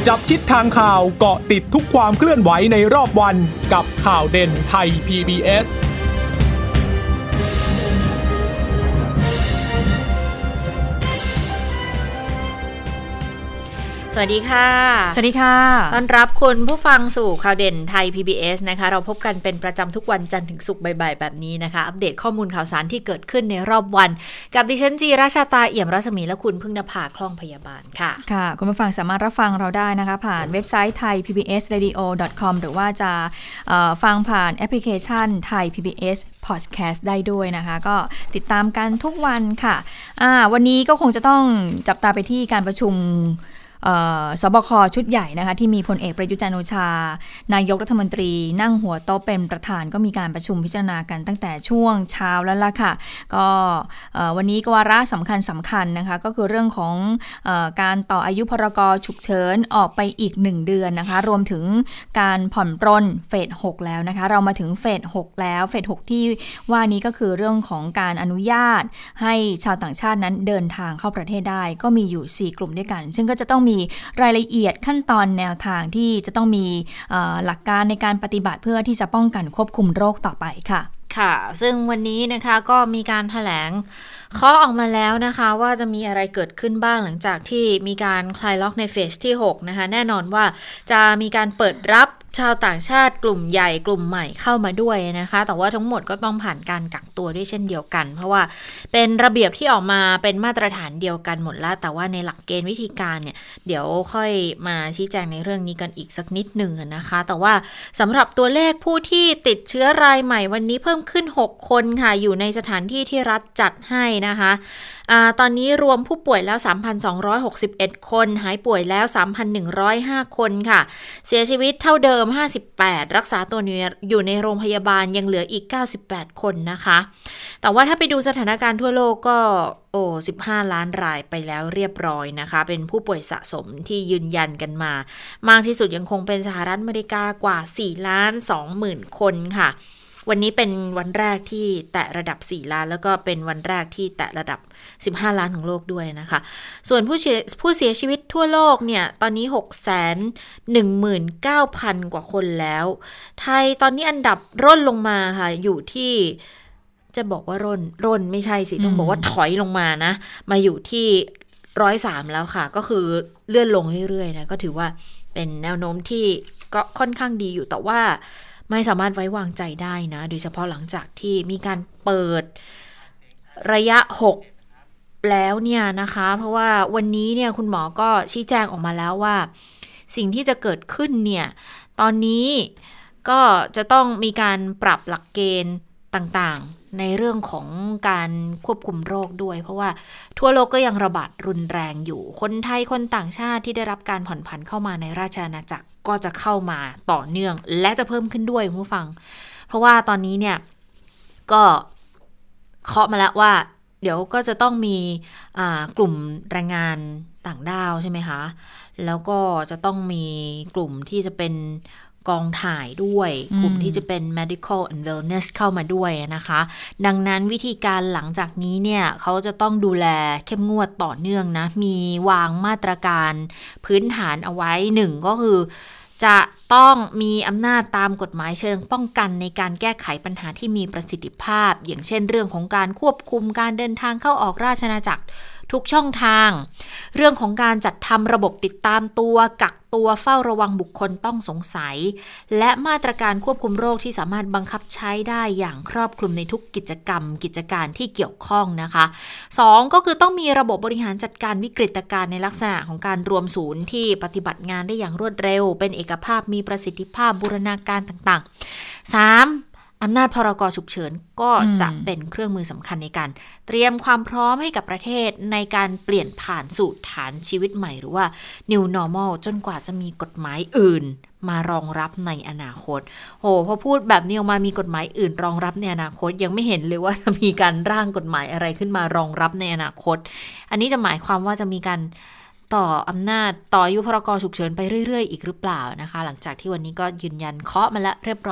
จับทิศทางข่าวเกาะติดทุกความเคลื่อนไหวในรอบวันกับข่าวเด่นไทย PBS สวัสดีค่ะสวัสดีค่ะต้อนรับคุณผู้ฟังสู่ข่าวเด่นไทย PBS นะคะเราพบกันเป็นประจำทุกวันจันทร์ถึงศุกร์บ่ายๆแบบนี้นะคะอัปเดตข้อมูลข่าวสารที่เกิดขึ้นในรอบวันกับดิฉันจีราชาตาเอี่ยมรัศมีและคุณพึ่งนภาคล่องพยาบาลค่ะค่ะคุณผู้ฟังสามารถรับฟังเราได้นะคะผ่านเว็บไซต์ thaipbsradio.com หรือว่าจะฟังผ่านแอปพลิเคชัน Thai PBS Podcast ได้ด้วยนะคะก็ติดตามกันทุกวันค่ะวันนี้ก็คงจะต้องจับตาไปที่การประชุมสบคชุดใหญ่นะคะที่มีพลเอกประยุทธ์จันทร์โอชานายกรัฐมนตรีนั่งหัวโต๊ะเป็นประธานก็มีการประชุมพิจารณากันตั้งแต่ช่วงเช้าแล้วล่ะค่ะก็วันนี้ก็วาระสำคัญนะคะก็คือเรื่องของการต่ออายุพรกฉุกเฉินออกไปอีก1เดือนนะคะรวมถึงการผ่อนปรนเฟส6แล้วนะคะเรามาถึงเฟส6แล้วเฟส6ที่ว่านี้ก็คือเรื่องของการอนุญาตให้ชาวต่างชาตินั้นเดินทางเข้าประเทศได้ก็มีอยู่4กลุ่มด้วยกันซึ่งก็จะต้องมีรายละเอียดขั้นตอนแนวทางที่จะต้องมีหลักการในการปฏิบัติเพื่อที่จะป้องกันควบคุมโรคต่อไปค่ะค่ะซึ่งวันนี้นะคะก็มีการแถลงเคาะออกมาแล้วนะคะว่าจะมีอะไรเกิดขึ้นบ้างหลังจากที่มีการคลายล็อกในเฟสที่6นะคะแน่นอนว่าจะมีการเปิดรับชาวต่างชาติกลุ่มใหญ่กลุ่มใหม่เข้ามาด้วยนะคะแต่ว่าทั้งหมดก็ต้องผ่านการกักตัวด้วยเช่นเดียวกันเพราะว่าเป็นระเบียบที่ออกมาเป็นมาตรฐานเดียวกันหมดแล้วแต่ว่าในหลักเกณฑ์วิธีการเนี่ยเดี๋ยวค่อยมาชี้แจงในเรื่องนี้กันอีกสักนิดหนึ่งนะคะแต่ว่าสำหรับตัวเลขผู้ที่ติดเชื้อรายใหม่วันนี้เพิ่มขึ้น6คนค่ะอยู่ในสถานที่ที่รัฐจัดให้นะคะตอนนี้รวมผู้ป่วยแล้ว 3,261 คนหายป่วยแล้ว 3,105 คนค่ะเสียชีวิตเท่าเดิม58รักษาตัวอยู่ในโรงพยาบาลยังเหลืออีก98คนนะคะแต่ว่าถ้าไปดูสถานการณ์ทั่วโลกก็15 ล้านรายไปแล้วเรียบร้อยนะคะเป็นผู้ป่วยสะสมที่ยืนยันกันมามากที่สุดยังคงเป็นสหรัฐอเมริกากว่า 4,20,000 คนค่ะวันนี้เป็นวันแรกที่แตะระดับ4ล้านแล้วก็เป็นวันแรกที่แตะระดับ15ล้านของโลกด้วยนะคะส่วนผู้เสียชีวิตทั่วโลกเนี่ยตอนนี้ 619,000 กว่าคนแล้วไทยตอนนี้อันดับร่นลงมาค่ะอยู่ที่จะบอกว่าร่นไม่ใช่สิต้องบอกว่าถอยลงมานะมาอยู่ที่103แล้วค่ะก็คือเลื่อนลงเรื่อยๆนะก็ถือว่าเป็นแนวโน้มที่ก็ค่อนข้างดีอยู่แต่ว่าไม่สามารถไว้วางใจได้นะโดยเฉพาะหลังจากที่มีการเปิดระยะ6แล้วเนี่ยนะคะเพราะว่าวันนี้เนี่ยคุณหมอก็ชี้แจงออกมาแล้วว่าสิ่งที่จะเกิดขึ้นเนี่ยตอนนี้ก็จะต้องมีการปรับหลักเกณฑ์ต่างๆในเรื่องของการควบคุมโรคด้วยเพราะว่าทั่วโลกก็ยังระบาดรุนแรงอยู่คนไทยคนต่างชาติที่ได้รับการผ่อนผันเข้ามาในราชอาณาจักรก็จะเข้ามาต่อเนื่องและจะเพิ่มขึ้นด้วยคุณผู้ฟังเพราะว่าตอนนี้เนี่ยก็เคาะมาแล้วว่าเดี๋ยวก็จะต้องมีกลุ่มแรงงานต่างด้าวใช่ไหมคะแล้วก็จะต้องมีกลุ่มที่จะเป็นกองถ่ายด้วยกลุ่มที่จะเป็น medical and wellness เข้ามาด้วยนะคะดังนั้นวิธีการหลังจากนี้เนี่ยเขาจะต้องดูแลเข้มงวดต่อเนื่องนะมีวางมาตรการพื้นฐานเอาไว้1ก็คือจะต้องมีอำนาจตามกฎหมายเชิงป้องกันในการแก้ไขปัญหาที่มีประสิทธิภาพอย่างเช่นเรื่องของการควบคุมการเดินทางเข้าออกราชอาณาจักรทุกช่องทางเรื่องของการจัดทำระบบติดตามตัวกักตัวเฝ้าระวังบุคคลต้องสงสัยและมาตรการควบคุมโรคที่สามารถบังคับใช้ได้อย่างครอบคลุมในทุกกิจกรรมกิจการที่เกี่ยวข้องนะคะ2ก็คือต้องมีระบบบริหารจัดการวิกฤตการณ์ในลักษณะของการรวมศูนย์ที่ปฏิบัติงานได้อย่างรวดเร็วเป็นเอกภาพมีประสิทธิภาพบูรณาการต่างๆ3อำนาจพรก.ฉุกเฉินก็จะเป็นเครื่องมือสำคัญในการเตรียมความพร้อมให้กับประเทศในการเปลี่ยนผ่านสู่ฐานชีวิตใหม่หรือว่า New Normal จนกว่าจะมีกฎหมายอื่นมารองรับในอนาคตพอพูดแบบนี้ออกมามีกฎหมายอื่นรองรับในอนาคตยังไม่เห็นเลยว่าจะมีการร่างกฎหมายอะไรขึ้นมารองรับในอนาคตอันนี้จะหมายความว่าจะมีการต่ออำนาจต่ออายุพรก.ฉุกเฉินไปเรื่อยๆอีกหรือเปล่านะคะหลังจากที่วันนี้ก็ยืนยันเคาะมาแล้วเรียบร้อย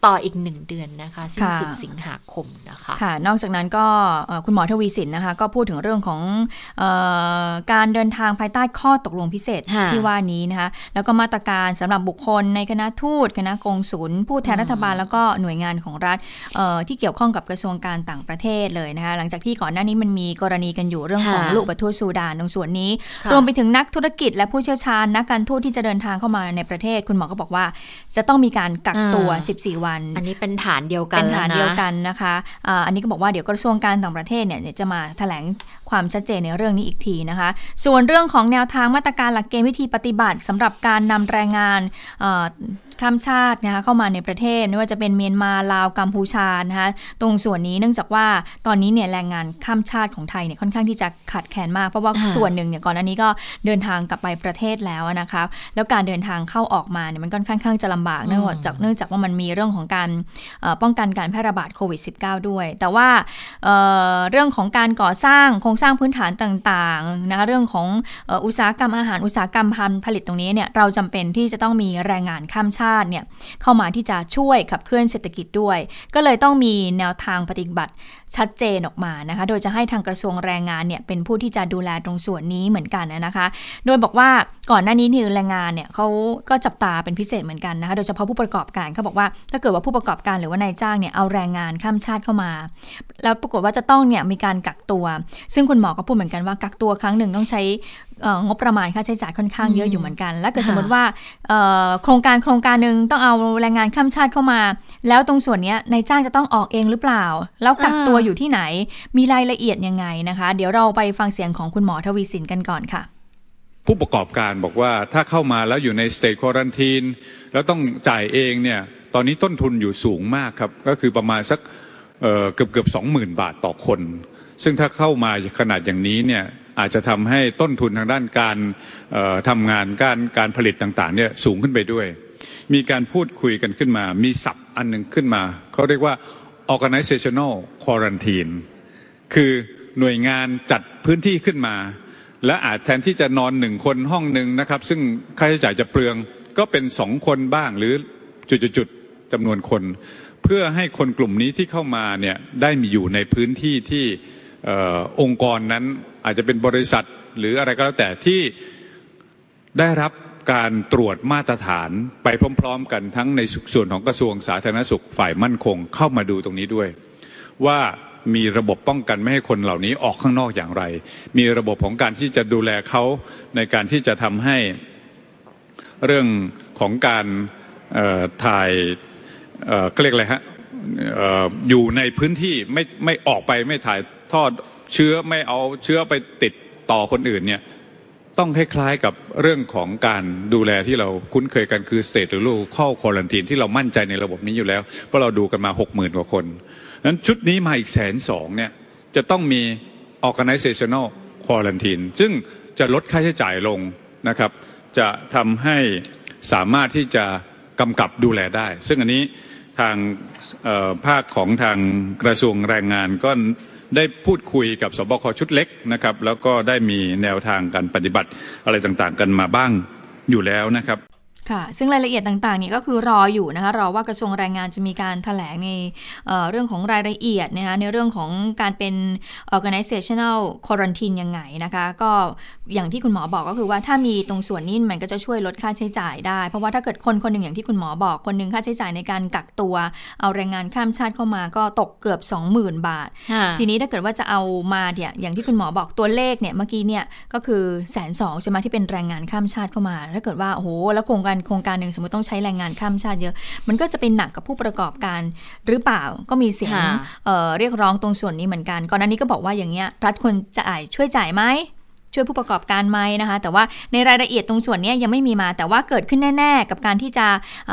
ต่ออีก1เดือนนะคะสิ้นสุดสิงหาคมนะคะค่ะนอกจากนั้นก็คุณหมอทวีสินนะคะก็พูดถึงเรื่องของการเดินทางภายใต้ข้อตกลงพิเศษที่ว่านี้นะคะแล้วก็มาตรการสำหรับบุคคลในคณะทูตคณะกงสุลผู้แทนรัฐบาลแล้วก็หน่วยงานของรัฐที่เกี่ยวข้องกับกระทรวงการต่างประเทศเลยนะคะหลังจากที่ก่อนหน้านี้มันมีกรณีกันอยู่เรื่องของลูกอุปทูตซูดานตรงส่วนนี้รวมไปถึงนักธุรกิจและผู้เชี่ยวชาญนักการทูตที่จะเดินทางเข้ามาในประเทศคุณหมอก็บอกว่าจะต้องมีการกักตัว14วันอันนี้เป็นฐานเดียวกันเป็นฐานเดียวกันนะคะอันนี้ก็บอกว่าเดี๋ยวกระทรวงการต่างประเทศเนี่ยจะมาแถลงความชัดเจนในเรื่องนี้อีกทีนะคะส่วนเรื่องของแนวทางมาตรการหลักเกณฑ์วิธีปฏิบัติสำหรับการนำแรงงานข้ามชาตินะคะเข้ามาในประเทศไม่ว่าจะเป็นเมียนมาลาวกัมพูชานะคะตรงส่วนนี้เนื่องจากว่าตอนนี้เนี่ยแรงงานข้ามชาติของไทยเนี่ยค่อนข้างที่จะขาดแคลนมากเพราะว่าส่วนหนึ่งเนี่ยก่อนหน้านี้ก็เดินทางกลับไปประเทศแล้วนะคะแล้วการเดินทางเข้าออกมาเนี่ยมันค่อนข้างจะลำบากเนื่องจากว่ามันมีเรื่องของการป้องกันการแพร่ระบาดโควิด -19 ด้วยแต่ว่าเรื่องของการก่อสร้างโครงสร้างพื้นฐานต่างๆนะคะเรื่องของอุตสาหกรรมอาหารอุตสาหกรรมผลิตตรงนี้เนี่ยเราจำเป็นที่จะต้องมีแรงงานข้ามชาติเนี่ยเข้ามาที่จะช่วยขับเคลื่อนเศรษฐกิจด้วยก็เลยต้องมีแนวทางปฏิบัติชัดเจนออกมานะคะโดยจะให้ทางกระทรวงแรงงานเนี่ยเป็นผู้ที่จะดูแลตรงส่วนนี้เหมือนกันนะคะโดยบอกว่าก่อนหน้านี้แรงงานเนี่ยเขาก็จับตาเป็นพิเศษเหมือนกันนะคะโดยเฉพาะผู้ประกอบการเขาบอกว่าถ้าเกิดว่าผู้ประกอบการหรือว่านายจ้างเนี่ยเอาแรงงานข้ามชาติเข้ามาแล้วปรากฏว่าจะต้องเนี่ยมีการกักตัวซึ่งคุณหมอก็พูดเหมือนกันว่ากักตัวครั้งหนึ่งต้องใช้งบประมาณค่าใช้จ่ายค่อนข้างเยอะอยู่เหมือนกันและเกิดสมมติว่าโครงการนึงต้องเอาแรงงานข้ามชาติเข้ามาแล้วตรงส่วนนี้นายจ้างจะต้องออกเองหรือเปล่าแล้วกักตัวอยู่ที่ไหนมีรายละเอียดยังไงนะคะเดี๋ยวเราไปฟังเสียงของคุณหมอทวีสินกันก่อนค่ะผู้ประกอบการบอกว่าถ้าเข้ามาแล้วอยู่ในสเตทควอรันทีนแล้วต้องจ่ายเองเนี่ยตอนนี้ต้นทุนอยู่สูงมากครับก็คือประมาณสักเกือบ 20,000 บาทต่อคนซึ่งถ้าเข้ามาขนาดอย่างนี้เนี่ยอาจจะทำให้ต้นทุนทางด้านการทำงานการผลิตต่างๆเนี่ยสูงขึ้นไปด้วยมีการพูดคุยกันขึ้นมามีศัพท์อันนึงขึ้นมาเขาเรียกว่า organizational quarantine คือหน่วยงานจัดพื้นที่ขึ้นมาและอาจแทนที่จะนอน1คนห้องนึงนะครับซึ่งค่าใช้จ่ายจะเปลืองก็เป็น2คนบ้างหรือจุดๆจำนวนคนเพื่อให้คนกลุ่มนี้ที่เข้ามาเนี่ยได้มีอยู่ในพื้นที่ที่องค์กรนั้นอาจจะเป็นบริษัทหรืออะไรก็แล้วแต่ที่ได้รับการตรวจมาตรฐานไปพร้อมๆกันทั้งในส่วนของกระทรวงสาธารณสุขฝ่ายมั่นคงเข้ามาดูตรงนี้ด้วยว่ามีระบบป้องกันไม่ให้คนเหล่านี้ออกข้างนอกอย่างไรมีระบบของการที่จะดูแลเขาในการที่จะทำให้เรื่องของการถ่ายเรียกอะไรฮะอยู่ในพื้นที่ไม่ออกไปไม่ถ่ายทอดเชื้อไม่เอาเชื้อไปติดต่อคนอื่นเนี่ยต้องคล้ายๆกับเรื่องของการดูแลที่เราคุ้นเคยกันคือ state หรือ local quarantine ที่เรามั่นใจในระบบนี้อยู่แล้วเพราะเราดูกันมา 60,000 กว่าคนนั้นชุดนี้มาอีก 120,000 เนี่ยจะต้องมี organizational quarantine ซึ่งจะลดค่าใช้จ่ายลงนะครับจะทำให้สามารถที่จะกำกับดูแลได้ซึ่งอันนี้ทางภาคของทางกระทรวงแรงงานก็ได้พูดคุยกับสบคชุดเล็กนะครับแล้วก็ได้มีแนวทางการปฏิบัติอะไรต่างๆกันมาบ้างอยู่แล้วนะครับค่ะซึ่งรายละเอียดต่างๆนี่ก็คือรออยู่นะคะรอว่ากระทรวงแรงงานจะมีการแถลงในเรื่องของรายละเอียดนะคะในเรื่องของการเป็น organizational quarantine ยังไงนะคะก็อย่างที่คุณหมอบอกก็คือว่าถ้ามีตรงส่วนนี้มันก็จะช่วยลดค่าใช้จ่ายได้เพราะว่าถ้าเกิดคนหนึ่งอย่างที่คุณหมอบอกคนนึงค่าใช้จ่ายในการกักตัวเอาแรงงานข้ามชาติเข้ามาก็ตกเกือบ 20,000 บาททีนี้ถ้าเกิดว่าจะเอามาเนี่ยอย่างที่คุณหมอบอกตัวเลขเนี่ยเมื่อกี้เนี่ยก็คือ 120,000 ใช่ไหมที่เป็นแรงงานข้ามชาติเข้ามาถ้าเกิดว่าโอ้โหแล้วโครงการหนึ่งสมมติต้องใช้แรงงานข้ามชาติเยอะมันก็จะเป็นหนักกับผู้ประกอบการหรือเปล่าก็มีเสียงเรียกร้องตรงส่วนนี้เหมือนกันก่อนหน้านี้ก็บอกว่าอย่างเงี้ยรัฐควรจะช่วยจ่ายไหมช่วยผู้ประกอบการไหมนะคะแต่ว่าในรายละเอียดตรงส่วนนี้ยังไม่มีมาแต่ว่าเกิดขึ้นแน่ๆกับการที่จะ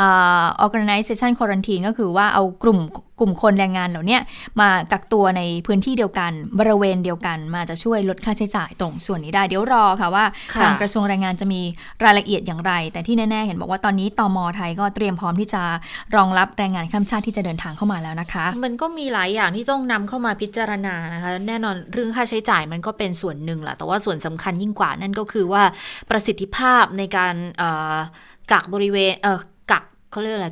organization quarantine ก็คือว่าเอากลุ่มคนแรงงานเหล่านี้มากักตัวในพื้นที่เดียวกันบริเวณเดียวกันมาจะช่วยลดค่าใช้จ่ายตรงส่วนนี้ได้เดี๋ยวรอค่ะว่าทางกระทรวงแรงงานจะมีรายละเอียดอย่างไรแต่ที่แน่ๆเห็นบอกว่าตอนนี้ตม.ไทยก็เตรียมพร้อมที่จะรองรับแรงงานข้ามชาติที่จะเดินทางเข้ามาแล้วนะคะมันก็มีหลายอย่างที่ต้องนำเข้ามาพิจารณานะคะแน่นอนเรื่องค่าใช้จ่ายมันก็เป็นส่วนหนึ่งแหละแต่ว่าส่วนสำคัญยิ่งกว่านั่นก็คือว่าประสิทธิภาพในการกักบริเวณกักเขาเรียกอะไร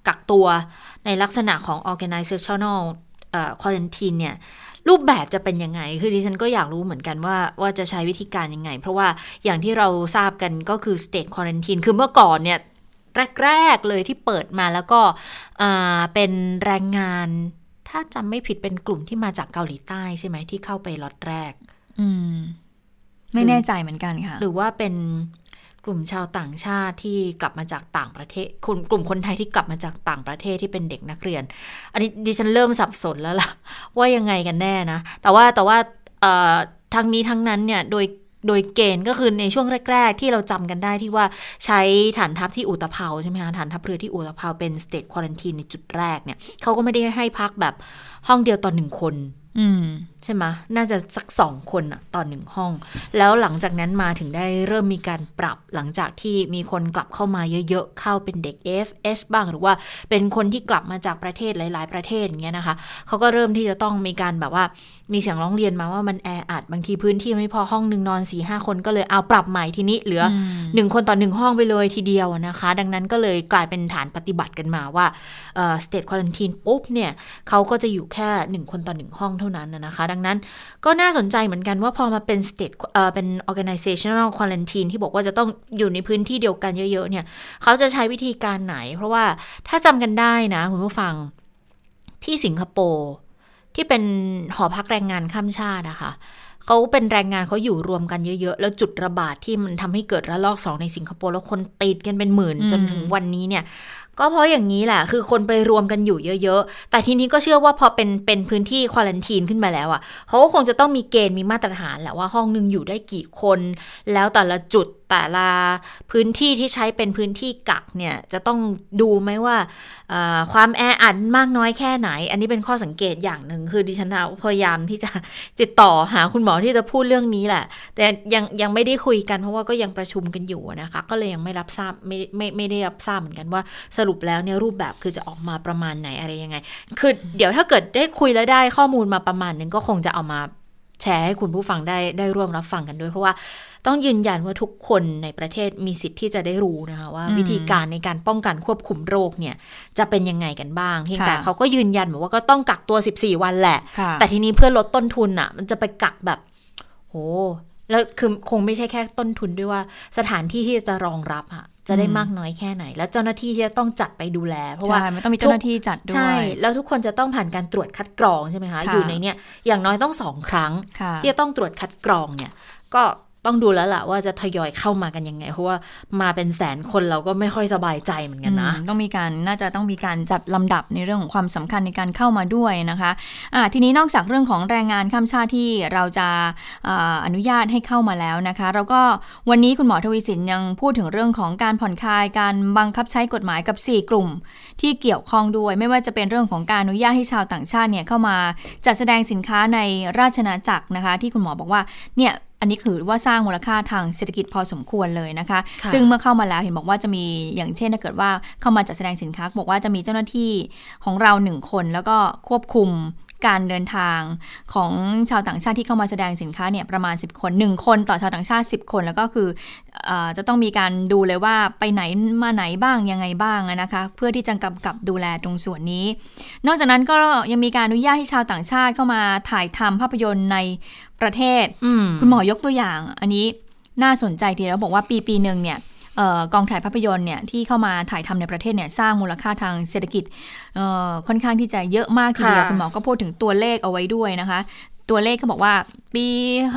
กักตัวในลักษณะของ organizational quarantine เนี่ยรูปแบบจะเป็นยังไงคือดิฉันก็อยากรู้เหมือนกันว่าจะใช้วิธีการยังไงเพราะว่าอย่างที่เราทราบกันก็คือ state quarantine คือเมื่อก่อนเนี่ยแรกๆเลยที่เปิดมาแล้วก็เป็นแรงงานถ้าจำไม่ผิดเป็นกลุ่มที่มาจากเกาหลีใต้ใช่ไหมที่เข้าไปล็อตแรกไม่แน่ใจเหมือนกันค่ะหรือว่าเป็นกลุ่มชาวต่างชาติที่กลับมาจากต่างประเทศกลุ่มคนไทยที่กลับมาจากต่างประเทศที่เป็นเด็กนักเรียนอันนี้ดิฉันเริ่มสับสนแล้วล่ะว่ายังไงกันแน่นะแต่ว่าทั้งนี้ทั้งนั้นเนี่ยโดยเกณฑ์ก็คือในช่วงแรกๆที่เราจำกันได้ที่ว่าใช้ฐานทัพที่อุตภเปาใช่ไหมคะฐานทัพเรือที่อุตภเปาเป็น state quarantine ในจุดแรกเนี่ยเขาก็ไม่ได้ให้พักแบบห้องเดียวต่อ1 คนใช่ไหมน่าจะสัก2 คนต่อ1 ห้องแล้วหลังจากนั้นมาถึงได้เริ่มมีการปรับหลังจากที่มีคนกลับเข้ามาเยอะๆเข้าเป็นเด็ก AFS บ้างหรือว่าเป็นคนที่กลับมาจากประเทศหลายๆประเทศอย่างเงี้ยนะคะเขาก็เริ่มที่จะต้องมีการแบบว่ามีเสียงร้องเรียนมาว่ามันแออัดบางทีพื้นที่ไม่พอห้องนึงนอน 4-5 คนก็เลยเอาปรับใหม่ทีนี้เหลือ1 คนต่อ1 ห้องไปเลยทีเดียวนะคะดังนั้นก็เลยกลายเป็นฐานปฏิบัติกันมาว่าstate quarantine ปุ๊บเนี่ยเขาก็จะอยู่แค่1 คนต่อ1 ห้องเท่านั้นนะคะดังนั้นก็น่าสนใจเหมือนกันว่าพอมาเป็น state เป็น organizational quarantine ที่บอกว่าจะต้องอยู่ในพื้นที่เดียวกันเยอะๆเนี่ยเขาจะใช้วิธีการไหนเพราะว่าถ้าจำกันได้นะคุณผู้ฟังที่สิงคโปร์ที่เป็นหอพักแรงงานข้ามชาตินะคะเขาเป็นแรงงานเขาอยู่รวมกันเยอะๆแล้วจุดระบาดที่มันทำให้เกิดระลอก2ในสิงคโปร์แล้วคนติดกันเป็นหมื่นจนถึงวันนี้เนี่ยก็เพราะอย่างนี้แหละคือคนไปรวมกันอยู่เยอะๆแต่ทีนี้ก็เชื่อว่าพอเป็นพื้นที่ควอรันทีนขึ้นมาแล้วอ่ะเขาก็คงจะต้องมีเกณฑ์มีมาตรฐานแหละว่าห้องนึงอยู่ได้กี่คนแล้วแต่ละจุดแต่ละพื้นที่ที่ใช้เป็นพื้นที่กักเนี่ยจะต้องดูไหมว่าความแออัดมากน้อยแค่ไหนอันนี้เป็นข้อสังเกตอย่างหนึ่งคือดิฉันพยายามที่จะติดต่อหาคุณหมอที่จะพูดเรื่องนี้แหละแต่ยังไม่ได้คุยกันเพราะว่าก็ยังประชุมกันอยู่นะคะก็เลยยังไม่รับทราบไม่ได้รับทราบเหมือนกันว่าสรุปแล้วเนี่ยรูปแบบคือจะออกมาประมาณไหนอะไรยังไงคือเดี๋ยวถ้าเกิดได้คุยแล้วได้ข้อมูลมาประมาณนึงก็คงจะเอามาแชร์ให้คุณผู้ฟังได้ร่วมรับฟังกันด้วยเพราะว่าต้องยืนยันว่าทุกคนในประเทศมีสิทธิ์ที่จะได้รู้นะคะว่าวิธีการในการป้องกันควบคุมโรคเนี่ยจะเป็นยังไงกันบ้างเพียงแต่เขาก็ยืนยันบอกว่าก็ต้องกักตัว14 วันแหละแต่ทีนี้เพื่อลดต้นทุนอ่ะมันจะไปกักแบบโหแล้วคือคงไม่ใช่แค่ต้นทุนด้วยว่าสถานที่ที่จะรองรับอ่ะจะได้มากน้อยแค่ไหนแล้วเจ้าหน้าที่ที่จะต้องจัดไปดูแลเพราะว่ามันต้องมีเจ้าหน้าที่จัดด้วยใช่แล้วทุกคนจะต้องผ่านการตรวจคัดกรองใช่ไหมคะอยู่ในเนี่ยอย่างน้อยต้อง2 ครั้งที่จะต้องตรวจคัดกรองเนี่ยก็ต้องดูแล้วล่ะว่าจะทยอยเข้ามากันยังไงเพราะว่ามาเป็นแสนคนเราก็ไม่ค่อยสบายใจเหมือนกันนะน่าจะต้องมีการจัดลำดับในเรื่องของความสำคัญในการเข้ามาด้วยนะคะทีนี้นอกจากเรื่องของแรงงานข้ามชาติที่เราจะอนุญาตให้เข้ามาแล้วนะคะเราก็วันนี้คุณหมอทวีสินยังพูดถึงเรื่องของการผ่อนคลายการบังคับใช้กฎหมายกับ4 กลุ่มที่เกี่ยวข้องด้วยไม่ว่าจะเป็นเรื่องของการอนุญาตให้ชาวต่างชาติเนี่ยเข้ามาจัดแสดงสินค้าในราชอาณาจักรนะคะที่คุณหมอบอกว่าเนี่ยอันนี้คือว่าสร้างมูลค่าทางเศรษฐกิจพอสมควรเลยนะคะซึ่งเมื่อเข้ามาแล้วเห็นบอกว่าจะมีอย่างเช่นถ้าเกิดว่าเข้ามาจัดแสดงสินค้าบอกว่าจะมีเจ้าหน้าที่ของเรา1 คนแล้วก็ควบคุมการเดินทางของชาวต่างชาติที่เข้ามาแสดงสินค้าเนี่ยประมาณ10 คน1 คนต่อชาวต่างชาติ10 คนแล้วก็คือจะต้องมีการดูเลยว่าไปไหนมาไหนบ้างยังไงบ้างนะคะเพื่อที่จะกำกับดูแลตรงส่วนนี้นอกจากนั้นก็ยังมีการอนุญาตให้ชาวต่างชาติเข้ามาถ่ายทำภาพยนตร์ในประเทศคุณหมอยกตัวอย่างอันนี้น่าสนใจทีแล้วบอกว่าปีนึงเนี่ยกองถ่ายภาพยนตร์เนี่ยที่เข้ามาถ่ายทำในประเทศเนี่ยสร้างมูลค่าทางเศรษฐกิจค่อนข้างที่จะเยอะมากทีเดียวคุณหมอก็พูดถึงตัวเลขเอาไว้ด้วยนะคะตัวเลขก็บอกว่าปี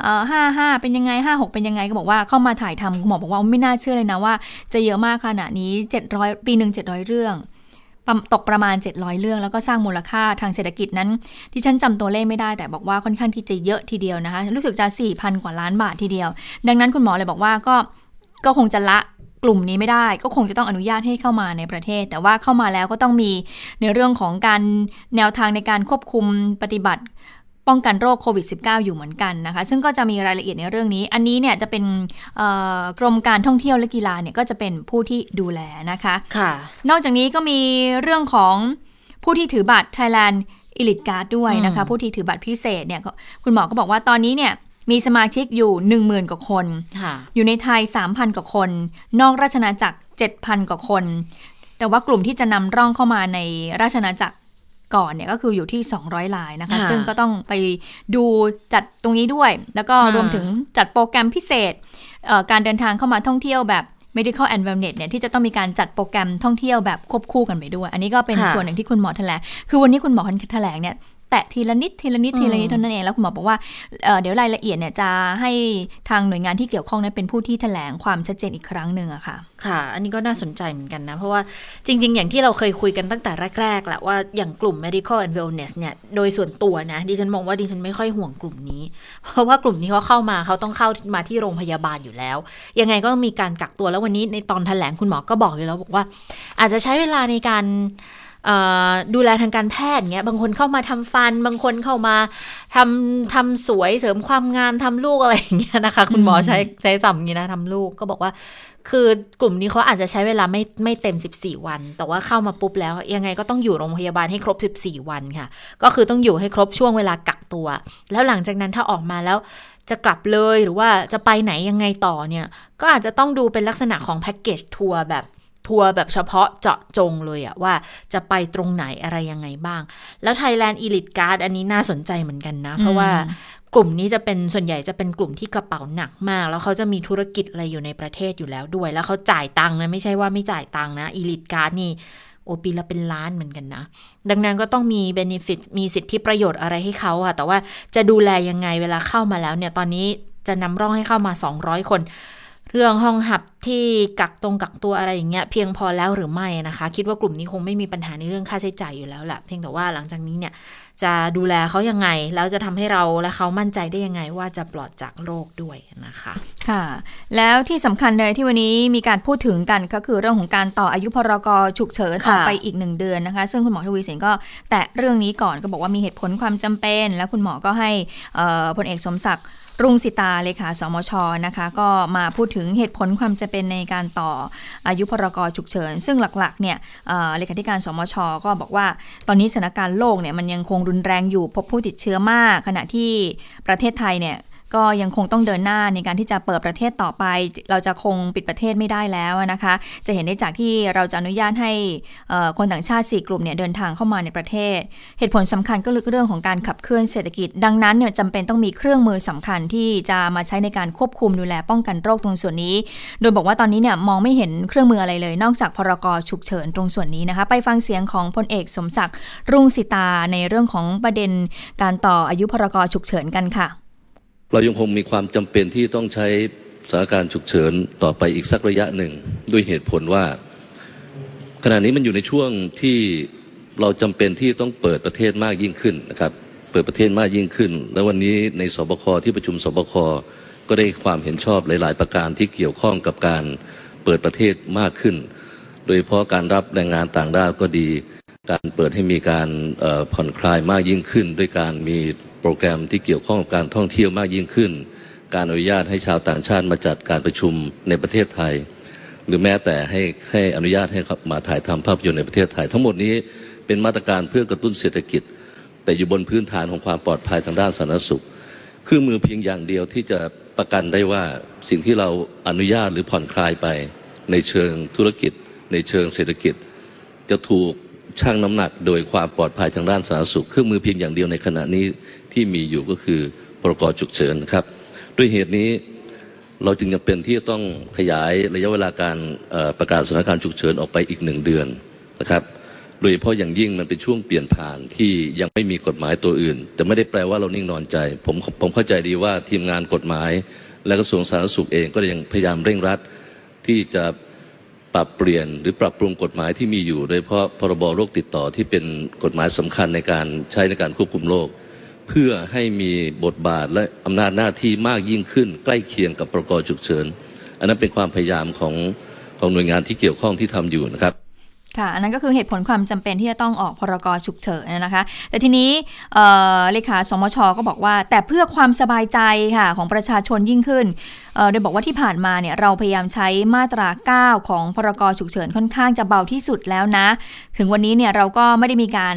55เป็นยังไง56เป็นยังไงก็บอกว่าเข้ามาถ่ายทำคุณหมอบอกว่าไม่น่าเชื่อเลยนะว่าจะเยอะมากขนาดนี้700ปีนึง700 เรื่องตกประมาณ700 เรื่องแล้วก็สร้างมูลค่าทางเศรษฐกิจนั้นที่ฉันจำตัวเลขไม่ได้แต่บอกว่าค่อนข้างที่จะเยอะทีเดียวนะคะรู้สึกจะ 4,000 กว่าล้านบาททีเดียวดังนั้นคุณหมอเลยบอกว่าก็คงจะละกลุ่มนี้ไม่ได้ก็คงจะต้องอนุญาตให้เข้ามาในประเทศแต่ว่าเข้ามาแล้วก็ต้องมีในเรื่องของการแนวทางในการควบคุมปฏิบัติป้องกันโรคโควิด -19 อยู่เหมือนกันนะคะซึ่งก็จะมีรายละเอียดในเรื่องนี้อันนี้เนี่ยจะเป็นกรมการท่องเที่ยวและกีฬาเนี่ยก็จะเป็นผู้ที่ดูแลนะคะค่ะนอกจากนี้ก็มีเรื่องของผู้ที่ถือบัตร Thailand Elite Card ด้วยนะคะผู้ที่ถือบัตรพิเศษเนี่ยคุณหมอก็บอกว่าตอนนี้เนี่ยมีสมาชิกอยู่ 10,000 กว่าคนอยู่ในไทย 3,000 กว่าคนนอกราชอาณาจักร 7,000 กว่าคนแต่ว่ากลุ่มที่จะนำร่องเข้ามาในราชอาณาจักรก่อนเนี่ยก็คืออยู่ที่200รายนะคะซึ่งก็ต้องไปดูจัดตรงนี้ด้วยแล้วก็รวมถึงจัดโปรแกรมพิเศษการเดินทางเข้ามาท่องเที่ยวแบบ medical and wellness เนี่ยที่จะต้องมีการจัดโปรแกรมท่องเที่ยวแบบควบคู่กันไปด้วยอันนี้ก็เป็นส่วนหนึ่งที่คุณหมอแถลงคือวันนี้คุณหมอแถลงเนี่ยแตะทีละนิดเท่านั้นเองแล้วคุณหมอบอกว่าเดี๋ยวรายละเอียดเนี่ยจะให้ทางหน่วยงานที่เกี่ยวข้องนั้นเป็นผู้ที่แถลงความชัดเจนอีกครั้งหนึ่งอะค่ะค่ะอันนี้ก็น่าสนใจเหมือนกันนะเพราะว่าจริงๆอย่างที่เราเคยคุยกันตั้งแต่แรกๆแหละว่าอย่างกลุ่ม medical and wellness เนี่ยโดยส่วนตัวนะดิฉันมองว่าดิฉันไม่ค่อยห่วงกลุ่มนี้เพราะว่ากลุ่มนี้เขาเข้ามาเขาต้องเข้ามาที่โรงพยาบาลอยู่แล้วยังไงก็มีการกักตัวแล้ววันนี้ในตอนแถลงคุณหมอก็บอกเลยแล้วบอกว่าอาจจะใช้เวลาในการดูแลทางการแพทย์เงี้ยบางคนเข้ามาทำฟันบางคนเข้ามาทำสวยเสริมความงามทำลูกอะไรอย่างเงี้ยนะคะคุณหมอใช้ศัพท์อย่างนี้นะทำลูกก็บอกว่าคือกลุ่มนี้เขาอาจจะใช้เวลาไม่เต็ม14วันแต่ว่าเข้ามาปุ๊บแล้วยังไงก็ต้องอยู่โรงพยาบาลให้ครบ14วันค่ะก็คือต้องอยู่ให้ครบช่วงเวลากักตัวแล้วหลังจากนั้นถ้าออกมาแล้วจะกลับเลยหรือว่าจะไปไหนยังไงต่อเนี่ยก็อาจจะต้องดูเป็นลักษณะของแพ็กเกจทัวร์แบบเฉพาะเจาะจงเลยอะว่าจะไปตรงไหนอะไรยังไงบ้างแล้ว Thailand Elite Guard อันนี้น่าสนใจเหมือนกันนะเพราะว่ากลุ่มนี้จะเป็นส่วนใหญ่จะเป็นกลุ่มที่กระเป๋าหนักมากแล้วเขาจะมีธุรกิจอะไรอยู่ในประเทศอยู่แล้วด้วยแล้วเขาจ่ายตังค์นะไม่ใช่ว่าไม่จ่ายตังค์นะ Elite Guard นี่ปีละเป็นล้านเหมือนกันนะดังนั้นก็ต้องมี benefit มีสิทธิประโยชน์อะไรให้เขาอะแต่ว่าจะดูแลยังไงเวลาเข้ามาแล้วเนี่ยตอนนี้จะนำร่องให้เข้ามา200คนเรื่องห้องหับที่กักตัวอะไรอย่างเงี้ยเพียงพอแล้วหรือไม่นะคะคิดว่ากลุ่มนี้คงไม่มีปัญหาในเรื่องค่าใช้จ่ายอยู่แล้วแหละเพียงแต่ว่าหลังจากนี้เนี่ยจะดูแลเขายังไงแล้วจะทำให้เราและเขามั่นใจได้ยังไงว่าจะปลอดจากโรคด้วยนะคะค่ะแล้วที่สำคัญเลยที่วันนี้มีการพูดถึงกันก็คือเรื่องของการต่ออายุพรก.ฉุกเฉินออกไปอีก1เดือนนะคะซึ่งคุณหมอทวีสินก็แตะเรื่องนี้ก่อนก็บอกว่ามีเหตุผลความจำเป็นแล้วคุณหมอก็ให้พลเอกสมศักดิ์รุ่งสิตาเลขาสมช.นะคะก็มาพูดถึงเหตุผลความจำเป็นในการต่ออายุพรก.ฉุกเฉินซึ่งหลักๆเนี่ยเลขาธิการสมช.ก็บอกว่าตอนนี้สถานการณ์โลกเนี่ยมันยังคงรุนแรงอยู่พบผู้ติดเชื้อมากขณะที่ประเทศไทยเนี่ยก็ยังคงต้องเดินหน้าในการที่จะเปิดประเทศต่อไปเราจะคงปิดประเทศไม่ได้แล้วนะคะจะเห็นได้จากที่เราจะอนุญาตให้คนต่างชาติ4กลุ่มเนี่ยเดินทางเข้ามาในประเทศเหตุผลสำคัญก็คือเรื่องของการขับเคลื่อนเศรษฐกิจดังนั้นเนี่ยจำเป็นต้องมีเครื่องมือสำคัญที่จะมาใช้ในการควบคุมดูแลป้องกันโรคตรงส่วนนี้โดยบอกว่าตอนนี้เนี่ยมองไม่เห็นเครื่องมืออะไรเลยนอกจากพรก.ฉุกเฉินตรงส่วนนี้นะคะไปฟังเสียงของพลเอกสมศักดิ์รุ่งสิตาในเรื่องของประเด็นการต่ออายุพรก.ฉุกเฉินกันค่ะเรายังคงมีความจำเป็นที่ต้องใช้สถานการณ์ฉุกเฉินต่อไปอีกสักระยะหนึ่งด้วยเหตุผลว่าขณะนี้มันอยู่ในช่วงที่เราจำเป็นที่ต้องเปิดประเทศมากยิ่งขึ้นนะครับเปิดประเทศมากยิ่งขึ้นแล้ววันนี้ในสบคที่ประชุมสบคก็ได้ความเห็นชอบหลายๆประการที่เกี่ยวข้องกับการเปิดประเทศมากขึ้นโดยเฉพาะการรับแรงงานต่างด้าวก็ดีการเปิดให้มีการผ่อนคลายมากยิ่งขึ้นด้วยการมีโปรแกรมที่เกี่ยวข้องกับการท่องเที่ยวมากยิ่งขึ้นการอนุญาตให้ชาวต่างชาติมาจัดการประชุมในประเทศไทยหรือแม้แต่ให้อนุญาตให้มาถ่ายทำภาพยนตร์ในประเทศไทยทั้งหมดนี้เป็นมาตรการเพื่อกระตุ้นเศรษฐกิจแต่อยู่บนพื้นฐานของความปลอดภัยทางด้านสาธารณสุขเครื่องมือเพียงอย่างเดียวที่จะประกันได้ว่าสิ่งที่เราอนุญาตหรือผ่อนคลายไปในเชิงธุรกิจในเชิงเศรษฐกิจจะถูกชั่งน้ำหนักโดยความปลอดภัยทางด้านสาธารณสุขเครื่องมือเพียงอย่างเดียวในขณะนี้ที่มีอยู่ก็คือพรก.ฉุกเฉินครับด้วยเหตุนี้เราจึงจำเป็นที่จะต้องขยายระยะเวลาการประกาศสถานการณ์ฉุกเฉินออกไปอีก1เดือนนะครับโดยเฉพาะอย่างยิ่งมันเป็นช่วงเปลี่ยนผ่านที่ยังไม่มีกฎหมายตัวอื่นแต่ไม่ได้แปลว่าเรานิ่งนอนใจผมเข้าใจดีว่าทีมงานกฎหมายและกระทรวงสาธารณสุขเองก็ยังพยายามเร่งรัดที่จะปรับเปลี่ยนหรือปรับปรุงกฎหมายที่มีอยู่โดยเฉพาะพรบโรคติดต่อที่เป็นกฎหมายสำคัญในการใช้ในการควบคุมโรคเพื่อให้มีบทบาทและอำนาจหน้าที่มากยิ่งขึ้นใกล้เคียงกับพรก.ฉุกเฉินอันนั้นเป็นความพยายามของหน่วยงานที่เกี่ยวข้องที่ทำอยู่นะครับค่ะอันนั้นก็คือเหตุผลความจำเป็นที่จะต้องออกพรก.ฉุกเฉินนะคะแต่ทีนี้เลขาสมช.ก็บอกว่าแต่เพื่อความสบายใจค่ะของประชาชนยิ่งขึ้นโดยบอกว่าที่ผ่านมาเนี่ยเราพยายามใช้มาตรา9ของพรก.ฉุกเฉินค่อนข้างจะเบาที่สุดแล้วนะถึงวันนี้เนี่ยเราก็ไม่ได้มีการ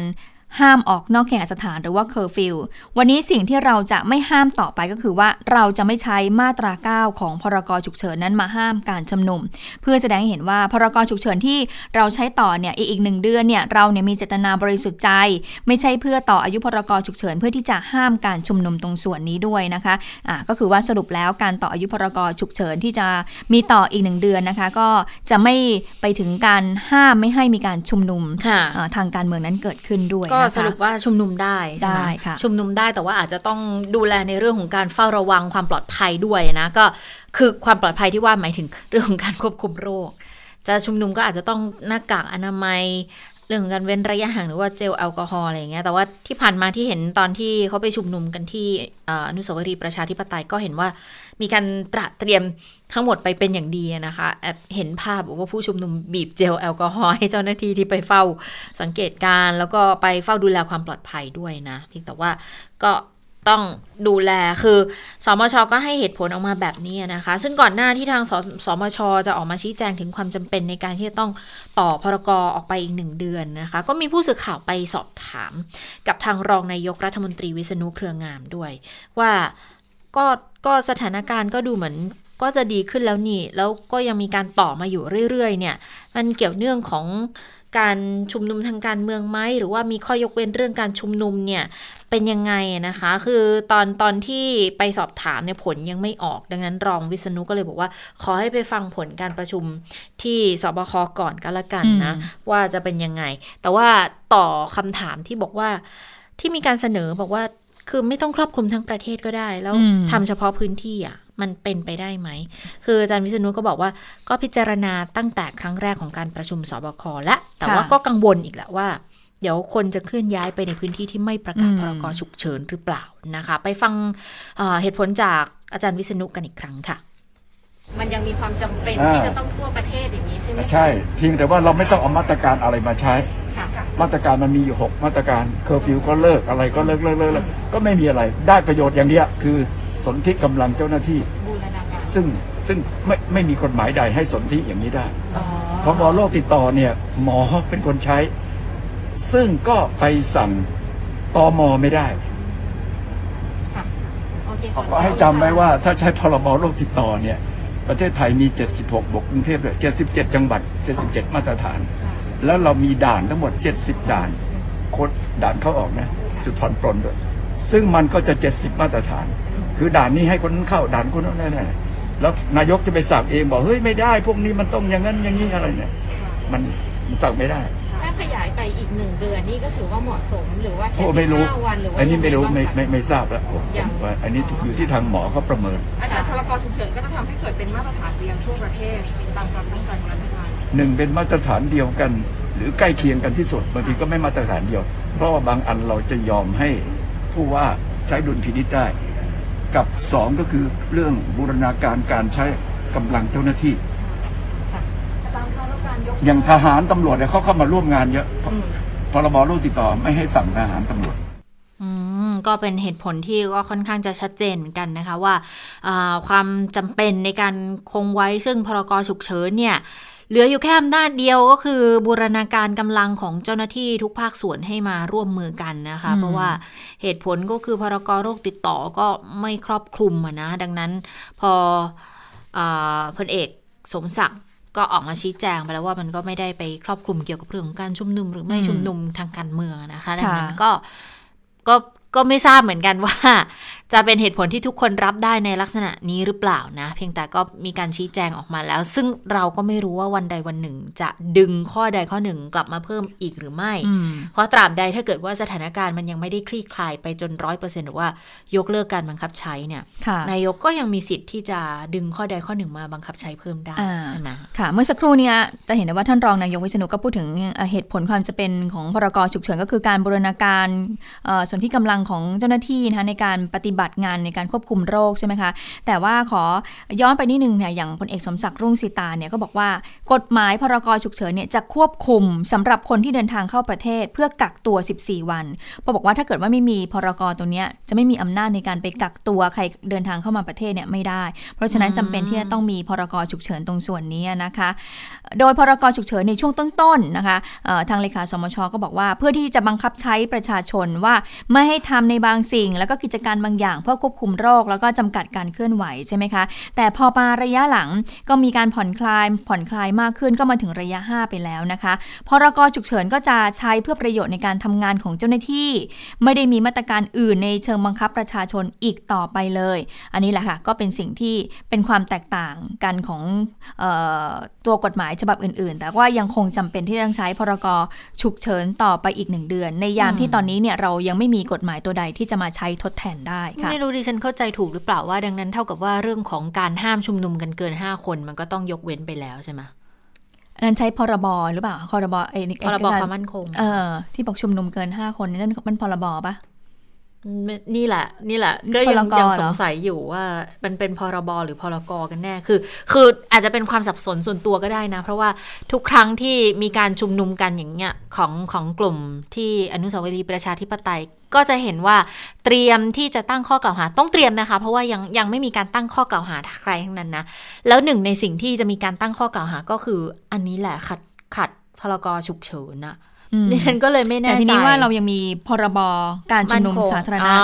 ห้ามออกนอกเคหสถานหรือว่าเคอร์ฟิววันนี้สิ่งที่เราจะไม่ห้ามต่อไปก็คือว่าเราจะไม่ใช้มาตรา9ของพรกฉุกเฉินนั้นมาห้ามการชุมนุมเพื่อแสดงให้เห็นว่าพรกฉุกเฉินที่เราใช้ต่อเนี่ยอีก1 เดือนเนี่ยเราเนี่ยมีเจตนาบริสุทธิ์ใจไม่ใช่เพื่อต่ออายุพรกฉุกเฉินเพื่อที่จะห้ามการชุมนุมตรงส่วนนี้ด้วยนะคะก็คือว่าสรุปแล้วการต่ออายุพรกฉุกเฉินที่จะมีต่ออีก1 เดือนนะคะก็จะไม่ไปถึงการห้ามไม่ให้มีการชุมนุมทางการเมืองนั้นเกิดขึ้นด้วยก็สรุปว่าชุมนุมได้ใช่ไหมชุมนุมได้แต่ว่าอาจจะต้องดูแลในเรื่องของการเฝ้าระวังความปลอดภัยด้วยนะก็คือความปลอดภัยที่ว่าหมายถึงเรื่องของการควบคุมโรคจะชุมนุมก็อาจจะต้องหน้ากากอนามัยเรื่องของการเว้นระยะห่างหรือว่าเจลแอลกอฮอล์อะไรอย่างเงี้ยแต่ว่าที่ผ่านมาที่เห็นตอนที่เขาไปชุมนุมกันที่อนุสาวรีย์ประชาธิปไตยก็เห็นว่ามีการเตรียมทั้งหมดไปเป็นอย่างดีนะคะเห็นภาพว่าผู้ชุมนุมบีบเจลแอลกอฮอล์ให้เจ้าหน้าที่ที่ไปเฝ้าสังเกตการแล้วก็ไปเฝ้าดูแลความปลอดภัยด้วยนะเพียงแต่ว่าก็ต้องดูแลคือสมช.ก็ให้เหตุผลออกมาแบบนี้นะคะซึ่งก่อนหน้าที่ทางสมช.จะออกมาชี้แจงถึงความจำเป็นในการที่จะต้องต่อพรก.ออกไปอีก1 เดือนนะคะก็มีผู้สื่อข่าวไปสอบถามกับทางรองนายกรัฐมนตรีวิษณุเครืองามด้วยว่าก็สถานการณ์ก็ดูเหมือนก็จะดีขึ้นแล้วนี่แล้วก็ยังมีการต่อมาอยู่เรื่อยๆเนี่ยมันเกี่ยวเนื่องของการชุมนุมทางการเมืองไหมหรือว่ามีข้อยกเว้นเรื่องการชุมนุมเนี่ยเป็นยังไงนะคะคือตอนที่ไปสอบถามเนี่ยผลยังไม่ออกดังนั้นรองวิษณุก็เลยบอกว่าขอให้ไปฟังผลการประชุมที่สบคก่อนก็แล้วกันนะว่าจะเป็นยังไงแต่ว่าต่อคำถามที่บอกว่าที่มีการเสนอบอกว่าคือไม่ต้องครอบคลุมทั้งประเทศก็ได้แล้วทำเฉพาะพื้นที่อ่ะมันเป็นไปได้ไหมคืออาจารย์วิษณุก็บอกว่าก็พิจารณาตั้งแต่ครั้งแรกของการประชุมสบคและแต่ว่าก็กังวลอีกแหละว่าเดี๋ยวคนจะเคลื่อนย้ายไปในพื้นที่ที่ไม่ประกาศพรกฉุกเฉินหรือเปล่านะคะไปฟังเหตุผลจากอาจารย์วิษณุกันอีกครั้งค่ะมันยังมีความจำเป็นที่จะต้องทั่วประเทศอย่างนี้ใช่ไหมใช่เพียงแต่ว่าเราไม่ต้องเอามาตรการอะไรมาใช้มาตรการมันมีอยู่6มาตรการเคอร์ฟิวก็เลิกอะไรก็เลิกก็ไม่มีอะไรได้ประโยชน์อย่างเดียวคือสนธิกำลังเจ้าหน้าที่ซึ่งไม่มีกฎหมายใดให้สนธิอย่างนี้ได้พรบโรคติดต่อเนี่ยหมอเป็นคนใช้ซึ่งก็ไปสั่งตม.ไม่ได้ก็ให้จำไว้ว่าถ้าใช้พรบโรคติดต่อเนี่ยประเทศไทยมี76บวกกรุงเทพด้วย77จังหวัด77มาตรฐานแล้วเรามีด่านทั้งหมด70ด่านโค้ดด่านเข้าออกนะจุดผ่อนปลนด้วยซึ่งมันก็จะ70มาตรฐานคือด่านนี้ให้คนนั้นเข้าด่านคนนั้นนั่นแล้วนายกจะไปสั่งเองบอกเฮ้ยไม่ได้พวกนี้มันต้องอย่างนั้นอย่างนี้อะไรเนี่ยมันสั่งไม่ได้ถ้าขยายไปอีก1 เดือนนี่ก็ถือว่าเหมาะสมหรือว่าแค่5 วันหรือว่าอันนี้ไม่รู้ไม่ทราบแล้วว่าอันนี้อยู่ที่ทางหมอเขาประเมินอาจารย์พรกฉุกเฉินก็จะทำให้เกิดเป็นมาตรฐานเดียวทั่วประเทศตามความตั้งใจของรัฐบาล 1เป็นมาตรฐานเดียวกันหรือใกล้เคียงกันที่สุดบางทีก็ไม่มาตรฐานเดียวเพราะว่าบางอันเราจะยอมให้ผู้ว่าใช้ดุลพินิจได้กับ2ก็คือเรื่องบูรณาการการใช้กำลังเจ้าหน้าที่อย่างทหารตำรวจเนี่ยเขาเข้ามาร่วมงานเยอะพรบโรคติดต่อไม่ให้สั่งทหารตำรวจก็เป็นเหตุผลที่ก็ค่อนข้างจะชัดเจนเหมือนกันนะคะว่าความจำเป็นในการคงไว้ซึ่งพรกฉุกเฉินเนี่ยเหลืออยู่แค่อำนาจเดียวก็คือบูรณาการกำลังของเจ้าหน้าที่ทุกภาคส่วนให้มาร่วมมือกันนะคะเพราะว่าเหตุผลก็คือพรกโรคติดต่อก็ไม่ครอบคลุมนะดังนั้นพอพลเอกสมศักดิ์ก็ออกมาชี้แจงไปแล้วว่ามันก็ไม่ได้ไปครอบคลุมเกี่ยวกับเรื่องของการชุมนุมหรือไม่ชุมนุมทางการเมืองนะคะดังนั้นก็ไม่ทราบเหมือนกันว่าจะเป็นเหตุผลที่ทุกคนรับได้ในลักษณะนี้หรือเปล่านะเพียงแต่ก็มีการชี้แจงออกมาแล้วซึ่งเราก็ไม่รู้ว่าวันใดวันหนึ่งจะดึงข้อใดข้อหนึ่งกลับมาเพิ่มอีกหรือไม่เพราะตราบใดถ้าเกิดว่าสถานการณ์มันยังไม่ได้คลี่คลายไปจน 100% หรือว่ายกเลิกการบังคับใช้เนี่ยนายกก็ยังมีสิทธิ์ที่จะดึงข้อใดข้อหนึ่งมาบังคับใช้เพิ่มได้ใช่ไหมค่ะเมื่อสักครู่นี้จะเห็นได้ว่าท่านรองนายกวิษณุก็พูดถึงเหตุผลความจำเป็นของพรกฉุกเฉินก็คือการบูรณาการส่วนที่กำลังของเจ้าหน้าที่นะคะในการปฏิบัติบัติงานในการควบคุมโรคใช่ไหมคะแต่ว่าขอย้อนไปนิดนึงเนี่ยอย่างพลเอกสมศักดิ์รุ่งสีตาเนี่ยก็บอกว่ากฎหมายพรกฉุกเฉินเนี่ยจะควบคุมสำหรับคนที่เดินทางเข้าประเทศเพื่อกักตัว14วันพอบอกว่าถ้าเกิดว่าไม่มีพรกตัวเนี้ยจะไม่มีอำนาจในการไปกักตัวใครเดินทางเข้ามาประเทศเนี่ยไม่ได้เพราะฉะนั้นจำเป็นที่จะต้องมีพรกฉุกเฉินตรงส่วนนี้นะคะโดยพรกฉุกเฉินในช่วงต้นๆนะคะทางเลขาสมช.ก็บอกว่าเพื่อที่จะบังคับใช้ประชาชนว่าไม่ให้ทำในบางสิ่งแล้วก็กิจการบางอย่างเพื่อควบคุมโรคแล้วก็จำกัดการเคลื่อนไหวใช่ไหมคะแต่พอมาระยะหลังก็มีการผ่อนคลายมากขึ้นก็มาถึงระยะ5ไปแล้วนะคะพรกฉุกเฉินก็จะใช้เพื่อประโยชน์ในการทำงานของเจ้าหน้าที่ไม่ได้มีมาตรการอื่นในเชิงบังคับประชาชนอีกต่อไปเลยอันนี้แหละค่ะก็เป็นสิ่งที่เป็นความแตกต่างกันของตัวกฎหมายฉบับอื่นๆแต่ว่ายังคงจำเป็นที่ต้องใช้พรกฉุกเฉินต่อไปอีก1เดือนในยามที่ตอนนี้เนี่ยเรายังไม่มีกฎหมายตัวใดที่จะมาใช้ทดแทนได้ค่ะไม่รู้ดิฉันเข้าใจถูกหรือเปล่าว่าดังนั้นเท่ากับว่าเรื่องของการห้ามชุมนุมกันเกิน5คนมันก็ต้องยกเว้นไปแล้วใช่ไหมนั้นใช้พรบหรือเปล่าพรบความมั่นคงที่บอกชุมนุมเกิน5คนนั่นมันพรบปะนี่แหละก็ยังสงสัยอยู่ว่ามันเป็นพรบหรือพรกกันแน่คืออาจจะเป็นความสับสนส่วนตัวก็ได้นะเพราะว่าทุกครั้งที่มีการชุมนุมกันอย่างเงี้ยของกลุ่มที่อนุสาวรีย์ประชาธิปไตยก็จะเห็นว่าเตรียมที่จะตั้งข้อกล่าวหาต้องเตรียมนะคะเพราะว่ายังไม่มีการตั้งข้อกล่าวหาใครทั้งนั้นนะแล้วหนึ่งในสิ่งที่จะมีการตั้งข้อกล่าวหาก็คืออันนี้แหละขัดพรกฉุกเฉินนะดิฉันก็เลยไม่แน่ใจแต่ทีนี้ว่าเรายังมีพรบการชุมนุมสาธารณะ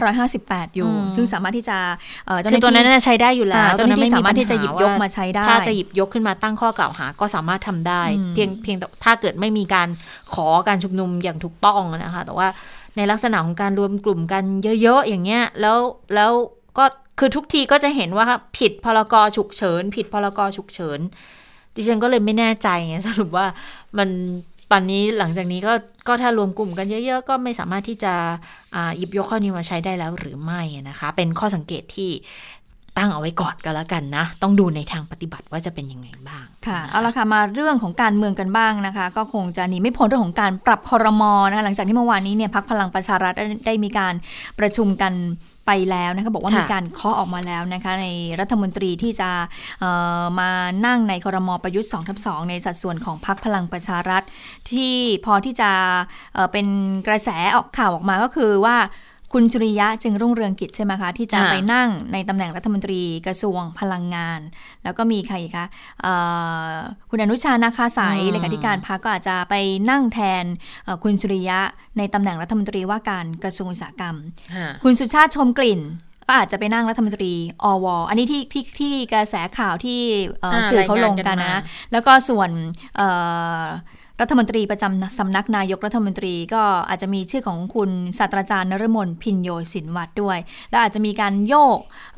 2558 อยู่ซึ่งสามารถที่จะคือตัวนั้นใช้ได้อยู่แล้วตัวนั้นไม่สามารถที่จะหยิบยกมาใช้ได้ถ้าจะหยิบยกขึ้นมาตั้งข้อกล่าวหาก็สามารถทำได้เพียงถ้าเกิดไม่มีการขอการชุมนุมอย่างถูกต้องนะคะแต่ว่าในลักษณะของการรวมกลุ่มกันเยอะๆอย่างเงี้ยแล้วก็คือทุกทีก็จะเห็นว่าผิดพรกฉุกเฉินผิดพรกฉุกเฉินดิฉันก็เลยไม่แน่ใจไงสรุปว่ามันตอนนี้หลังจากนี้ก็ถ้ารวมกลุ่มกันเยอะๆก็ไม่สามารถที่จะหยิบยกข้อนี้มาใช้ได้แล้วหรือไม่นะคะเป็นข้อสังเกตที่ตั้งเอาไว้ก่อนกันแล้วกันนะต้องดูในทางปฏิบัติว่าจะเป็นยังไงบ้างค่ะเอาละค่ะมาเรื่องของการเมืองกันบ้างนะคะก็คงจะหนีไม่พ้นเรื่องของการปรับครม.นะคะหลังจากที่เมื่อวานนี้เนี่ยพรรคพลังประชารัฐได้มีการประชุมกันไปแล้วนะคะบอกว่ามีการเคาะออกมาแล้วนะคะในรัฐมนตรีที่จะมานั่งในครม.ประยุทธ์ 2/2 ในสัดส่วนของพรรคพลังประชารัฐที่พอที่จะเป็นกระแสออกข่าวออกมาก็คือว่าคุณจุริยะจึงรุ่งเรืองกิจใช่ไหมคะที่จะไปนั่งในตำแหน่งรัฐมนตรีกระทรวงพลังงานแล้วก็มีใครอีกคะคุณอนุชานาคาสายเลขาธิการพรรคก็อาจจะไปนั่งแทนคุณจุริยะในตำแหน่งรัฐมนตรีว่าการกระทรวงอุตสาหกรรมคุณสุชาติชมกลิ่นก็อาจจะไปนั่งรัฐมนตรีอว.อันนี้ที่กระแสข่าวที่สื่อเขาลงกันนะแล้วก็ส่วนรัฐมนตรีประจำสำนักนายกรัฐมนตรีก็อาจจะมีชื่อของคุณศาสตราจารย์นฤมลพินโยสินวัตรด้วยและอาจจะมีการโยก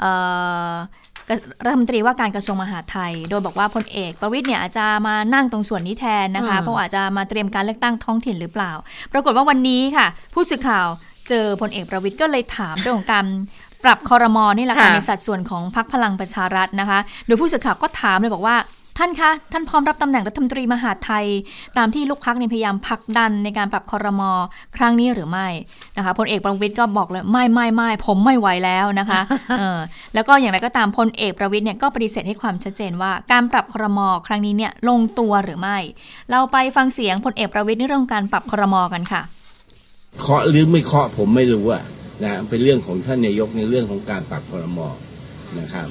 รัฐมนตรีว่าการกระทรวงมหาดไทยโดยบอกว่าพลเอกประวิตรเนี่ยอาจจะมานั่งตรงส่วนนี้แทนนะคะเพราะอาจจะมาเตรียมการเลือกตั้งท้องถิ่นหรือเปล่าปรากฏว่าวันนี้ค่ะผู้สื่อข่าวเจอพลเอกประวิตรก็เลยถามเรื่องของการปรับครม.นี่แหละค่ะในสัดส่วนของพรรคพลังประชารัฐนะคะโดยผู้สื่อข่าวก็ถามเลยบอกว่าท่านคะท่านพร้อมรับตำแหน่งรัฐมนตรีมหาดไทยตามที่ลูกพรรคพยายามผลักดันในการปรับครม.ครั้งนี้หรือไม่นะคะพลเอกประวิตรก็บอกเลยไม่ผมไม่ไหวแล้วนะคะแล้วก็อย่างไรก็ตามพลเอกประวิตรเนี่ยก็ปฏิเสธให้ความชัดเจนว่าการปรับครม.ครั้งนี้เนี่ยลงตัวหรือไม่เราไปฟังเสียงพลเอกประวิตรในเรื่องการปรับครม.กันค่ะเคาะหรือไม่เคาะผมไม่รู้อะนะเป็นเรื่องของท่านนายกในเรื่องของการปรับครม.นะครับ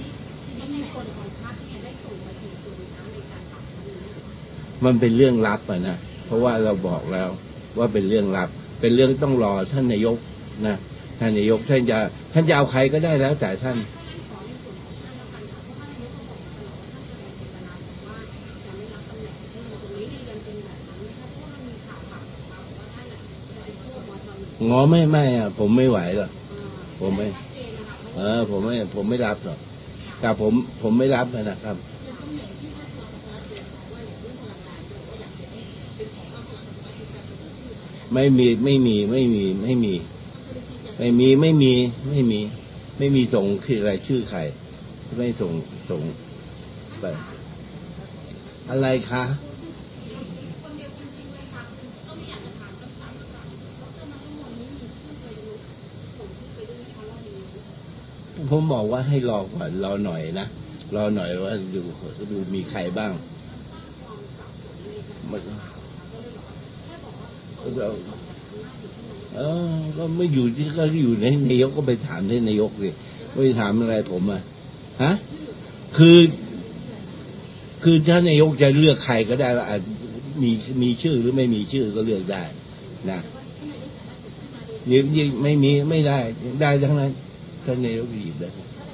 มันเป็นเรื่องลับอะนะเพราะว่าเราบอกแล้วว่าเป็นเรื่องลับเป็นเรื่องต้องรอท่านนายกนะท่านนายกท่านจะเอาใครก็ได้แล้วแต่ท่านงอไม่อะผมไม่ไหวหรอกผมไม่รับหรอกแต่ผมไม่รับนะครับไม่มีส่งคืออะไรชื่อใครไม่ส่งไปอะไรคะผมบอกว่าให้รอก่อนรอหน่อยนะรอหน่อยว่าดูมีใครบ้างก็ไม่อยู่ที่ก็อยู่ในนายกก็ไปถามที่นายกสิไม่ไปถามอะไรผมอ่ะฮะคือถ้านายกจะเลือกใครก็ได้ว่ามีชื่อหรือไม่มีชื่อก็เลือกได้นะยิ่งไม่ได้ทั้งนั้นท่านนายกหยิบได้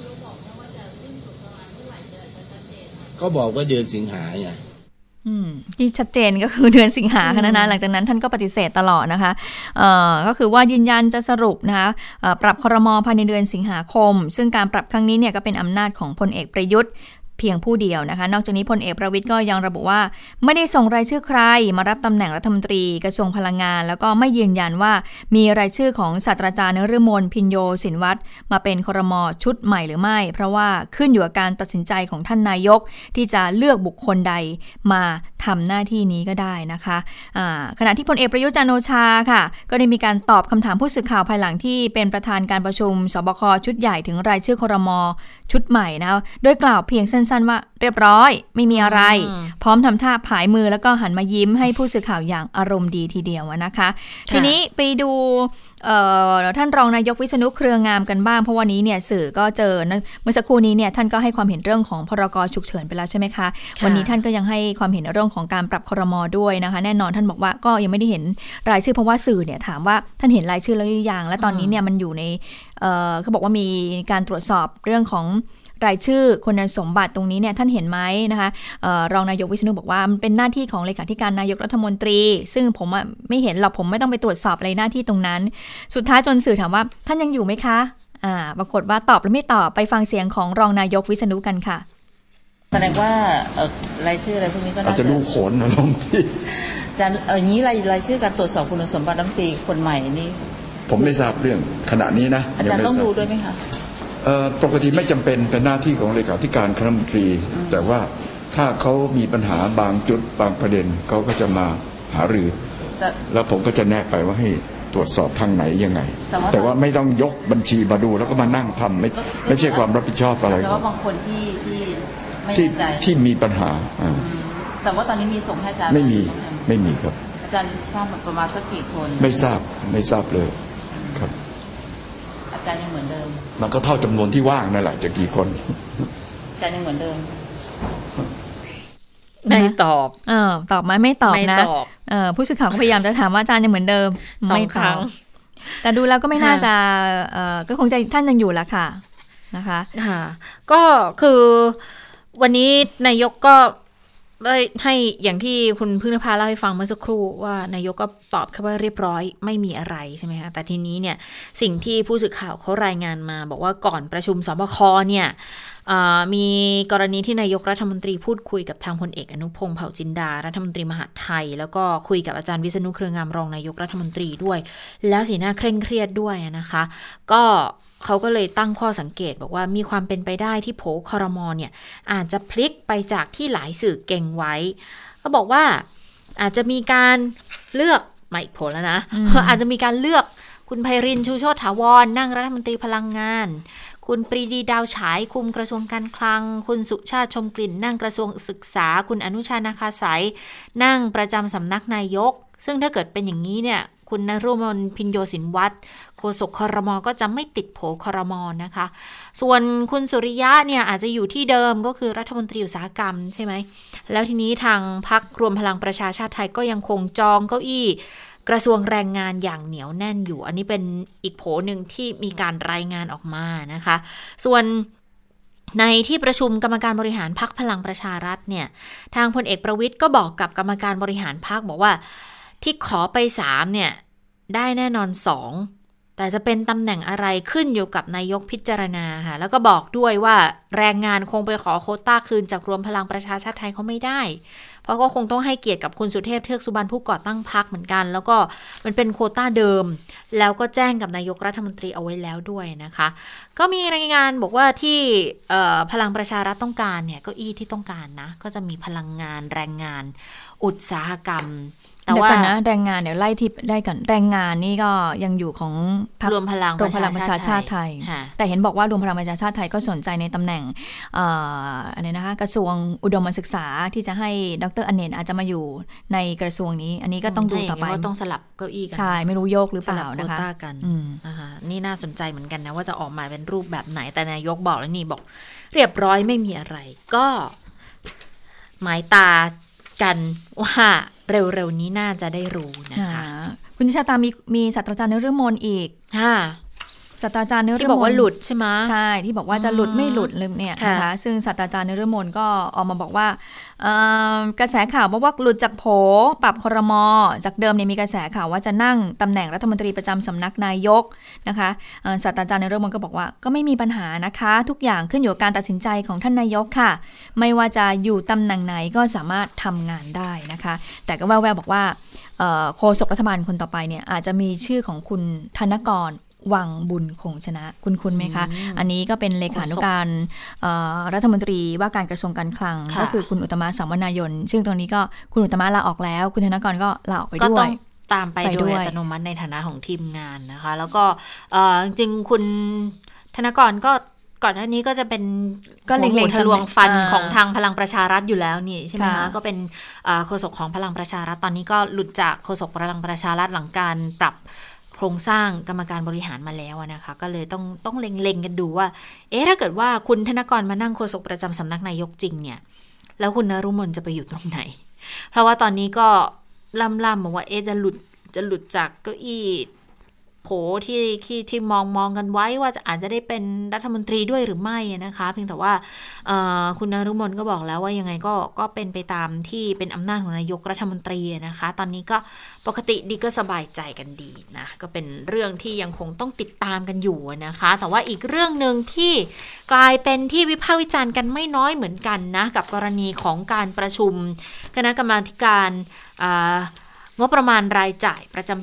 ก็บอกว่าเดือนสิงหาไงที่ชัดเจนก็คือเดือนสิงหาคมนะหลังจากนั้นท่านก็ปฏิเสธตลอดนะคะก็คือว่ายืนยันจะสรุปนะคะปรับครม.ภายในเดือนสิงหาคมซึ่งการปรับครั้งนี้เนี่ยก็เป็นอำนาจของพลเอกประยุทธ์เพียงผู้เดียวนะคะนอกจากนี้พลเอกประวิตรก็ยังระบุว่าไม่ได้ส่งรายชื่อใครมารับตำแหน่งรัฐมนตรีกระทรวงพลังงานแล้วก็ไม่ยืนยันว่ามีรายชื่อของศาสตราจารย์นฤมลพิญโยศินวัตรมาเป็นครม.ชุดใหม่หรือไม่เพราะว่าขึ้นอยู่กับการตัดสินใจของท่านนายกที่จะเลือกบุคคลใดมาทำหน้าที่นี้ก็ได้นะคะขณะที่พลเอกประยุทธ์จันทร์โอชาค่ะก็ได้มีการตอบคำถามผู้สื่อข่าวภายหลังที่เป็นประธานการประชุมสบคชุดใหญ่ถึงรายชื่อครม.ชุดใหม่นะโดยกล่าวเพียงสั้นๆว่าเรียบร้อยไม่มีอะไรพร้อมทำท่าผายมือแล้วก็หันมายิ้มให้ผู้สื่อข่าวอย่างอารมณ์ดีทีเดียวนะคะทีนี้ไปดูท่านรองนายกวิษณุเครืองามกันบ้างเพราะวันนี้เนี่ยสื่อก็เจอเมื่อสักครู่นี้เนี่ยท่านก็ให้ความเห็นเรื่องของพรก.ฉุกเฉินไปแล้วใช่ไหมคะวันนี้ท่านก็ยังให้ความเห็นเรื่องของการปรับครม.ด้วยนะคะแน่นอนท่านบอกว่าก็ยังไม่ได้เห็นรายชื่อเพราะว่าสื่อเนี่ยถามว่าท่านเห็นรายชื่อแล้วหรือยังและตอนนี้เนี่ยมันอยู่ในเขาบอกว่ามีการตรวจสอบเรื่องของรายชื่อคุณสมบัติตรงนี้เนี่ยท่านเห็นไหมนะคะรองนายกวิษณุบอกว่ามันเป็นหน้าที่ของเลขาธิการนายกรัฐมนตรีซึ่งผมไม่เห็นหรอกผมไม่ต้องไปตรวจสอบอะไรหน้าที่ตรงนั้นสุดท้ายจนสื่อถามว่าท่านยังอยู่ไหมคะปรากฏว่าตอบหรือไม่ตอบไปฟังเสียงของรองนายกวิษณุกันค่ะแสดงว่ารายชื่ออะไรพวกนี้ก็น่าจะรู้ผลนะลงที่จะนี้รายชื่อการตรวจสอบคุณสมบัติรัฐมนตรีคนใหม่นี่ผมไม่ทราบเรื่องขณะนี้นะอาจารย์ต้องดูด้วยไหมคะปกติไม่จำเป็นเป็นหน้าที่ของเลขาธิการคณะรัฐมนตรีแต่ว่าถ้าเขามีปัญหาบางจุดบางประเด็นเขาก็จะมาหารือแล้วผมก็จะแนะไปว่าให้ตรวจสอบทางไหนยังไงแต่ว่าไม่ต้องยกบัญชีมาดูแล้วก็มานั่งทำไม่ใช่ความรับผิดชอบอะไรแต่ว่าบางคนที่ไม่แน่ใจที่มีปัญหาแต่ว่าตอนนี้มีส่งให้อาจารย์ไม่มีครับอาจารย์ทราบประมาณสักกี่คนไม่ทราบเลยครับอาจารย์ยังเหมือนเดิมมันก็เท่าจำนวนที่ว่างนั่นแหละจะกี่คนอาจารย์ยังเหมือนเดิมไม่ตอบตอบไหมไม่ตอบนะผู้สื่อข่าวก็พยายามจะถามว่าอาจารย์ยังเหมือนเดิมไม่ตอบแต่ดูแล้วก็ไม่น่าจะก็คงจะท่านยังอยู่ละค่ะนะคะก็คือวันนี้นายกก็ให้อย่างที่คุณพึ่งนภาเล่าให้ฟังเมื่อสักครู่ว่านายกก็ตอบแค่ว่าเรียบร้อยไม่มีอะไรใช่ไหมคะแต่ทีนี้เนี่ยสิ่งที่ผู้สื่อข่าวเขารายงานมาบอกว่าก่อนประชุมสบคเนี่ยมีกรณีที่นายกรัฐมนตรีพูดคุยกับทางพลเอกอนุพงษ์เผ่าจินดารัฐมนตรีมหาดไทยแล้วก็คุยกับอาจารย์วิษณุเครืองามรองนายกรัฐมนตรีด้วยแล้วสีหน้าเคร่งเครียดด้วยนะคะก็เขาก็เลยตั้งข้อสังเกตบอกว่ามีความเป็นไปได้ที่โผครม.เนี่ยอาจจะพลิกไปจากที่หลายสื่อเก่งไว้ก็บอกว่าอาจจะมีการเลือกมาอีกผลแล้วนะอาจจะมีการเลือกคุณไพรินทร์ชูโชติถาวรนั่งรัฐมนตรีพลังงานคุณปรีดีดาวฉายคุมกระทรวงการคลังคุณสุชาติชมกลิ่นนั่งกระทรวงศึกษาคุณอนุชานาคาสายนั่งประจำสำนักนายกซึ่งถ้าเกิดเป็นอย่างนี้เนี่ยคุณนฤมลพิญโยศินวัตรโฆษกครม.ก็จะไม่ติดโผครม.นะคะส่วนคุณสุริยะเนี่ยอาจจะอยู่ที่เดิมก็คือรัฐมนตรีอุตสาหกรรมใช่ไหมแล้วทีนี้ทางพรรครวมพลังประชาชาติไทยก็ยังคงจองเก้าอี้กระทรวงแรงงานอย่างเหนียวแน่นอยู่อันนี้เป็นอีกโผหนึ่งที่มีการรายงานออกมานะคะส่วนในที่ประชุมกรรมการบริหารพรรคพลังประชารัฐเนี่ยทางพลเอกประวิตรก็บอกกับกรรมการบริหารพรรคบอกว่าที่ขอไป3เนี่ยได้แน่นอน2แต่จะเป็นตำแหน่งอะไรขึ้นอยู่กับนายกพิจารณาค่ะแล้วก็บอกด้วยว่าแรงงานคงไปขอโควต้าคืนจากรวมพลังประชาชาติไทยเขาไม่ได้เพราะก็คงต้องให้เกียรติกับคุณสุเทพเทือกสุบรรณผู้ก่อตั้งพรรคเหมือนกันแล้วก็มันเป็นโควต้าเดิมแล้วก็แจ้งกับนายกรัฐมนตรีเอาไว้แล้วด้วยนะคะก็มีรายงานบอกว่าที่พลังประชารัฐต้องการเนี่ยเก้าอี้ที่ต้องการนะก็จะมีพลังงานแรงงานอุตสาหกรรมแต่ว่านะแรงงานเดี๋ยวไล่ที่ได้ก่อนแรงงานนี่ก็ยังอยู่ของรวมพลังประชาชาติไทยแต่เห็นบอกว่ารวมพลังประชาชาติไทยก็สนใจในตำแหน่งอะไรนะคะกระทรวงอุดมศึกษาที่จะให้ดร.อเนกอาจจะมาอยู่ในกระทรวงนี้อันนี้ก็ต้องดูต่อไปว่าต้องสลับเก้าอี้กันใช่ไม่รู้โยกหรือเปล่านะคะสลับโควต้ากันนะคะนี่น่าสนใจเหมือนกันนะว่าจะออกมาเป็นรูปแบบไหนแต่นายกบอกแล้วนี่บอกเรียบร้อยไม่มีอะไรก็หมายตากันว่าเร็วๆนี้น่าจะได้รู้นะคะคุณชาตามีศาสตราจารย์นฤมลอีกศาสตราจารย์นฤมลที่บอกว่าหลุดใช่ไหมใช่ที่บอกว่าจะหลุดไม่หลุดเลยเนี่ยนะคะซึ่งศาสตราจารย์นฤมลก็ออกมาบอกว่ากระแสข่าวว่าหลุดจากโผปรับครม.จากเดิมเนี่ยมีกระแสข่าวว่าจะนั่งตำแหน่งรัฐมนตรีประจำสำนักนายกนะคะศาสตราจารย์นฤมลก็บอกว่าก็ไม่มีปัญหานะคะทุกอย่างขึ้นอยู่กับการตัดสินใจของท่านนายกค่ะไม่ว่าจะอยู่ตำแหน่งไหนก็สามารถทำงานได้นะคะแต่ก็แว่วๆบอกว่าโฆษกรัฐบาลคนต่อไปเนี่ยอาจจะมีชื่อของคุณธนกรวังบุญคงชนะคุณไหมคะอันนี้ก็เป็นเลขานุการรัฐมนตรีว่าการกระทรวงการคลังก็คือคุณอุตตมะสาวนายนซึ่งตรงนี้ก็คุณอุตตมะลาออกแล้วคุณธนกรก็ลาออกไปด้วยตามไปโดยอัตโนมัติในฐานะของทีมงานนะคะแล้วก็จริงคุณธนกรก็ก่อนหน้านี้ก็จะเป็นก็เล็งๆทะลวงฟันของทางพลังประชารัฐอยู่แล้วนี่ใช่ไหมคะก็เป็นโฆษกของพลังประชารัฐตอนนี้ก็หลุดจากโฆษกพลังประชารัฐหลังการปรับโครงสร้างกรรมการบริหารมาแล้วนะคะก็เลยต้องเล็งๆกันดูว่าถ้าเกิดว่าคุณธนกรมานั่งโฆษกประจำสำนักนายกจริงเนี่ยแล้วคุณนฤมลจะไปอยู่ตรงไหนเพราะว่าตอนนี้ก็ล่ำบอกว่าจะหลุดจากเก้าอี้โผที่มองกันไว้ว่าอาจจะได้เป็นรัฐมนตรีด้วยหรือไม่นะคะเพียงแต่ว่าคุณนฤมลก็บอกแล้วว่ายังไงก็เป็นไปตามที่เป็นอำนาจของนายกรัฐมนตรีนะคะตอนนี้ก็ปกติดีก็สบายใจกันดีนะก็เป็นเรื่องที่ยังคงต้องติดตามกันอยู่นะคะแต่ว่าอีกเรื่องนึงที่กลายเป็นที่วิพากษ์วิจารณ์กันไม่น้อยเหมือนกันนะกับกรณีของการประชุมคณะกรรมาการงบประมาณรายจ่ายประจำปี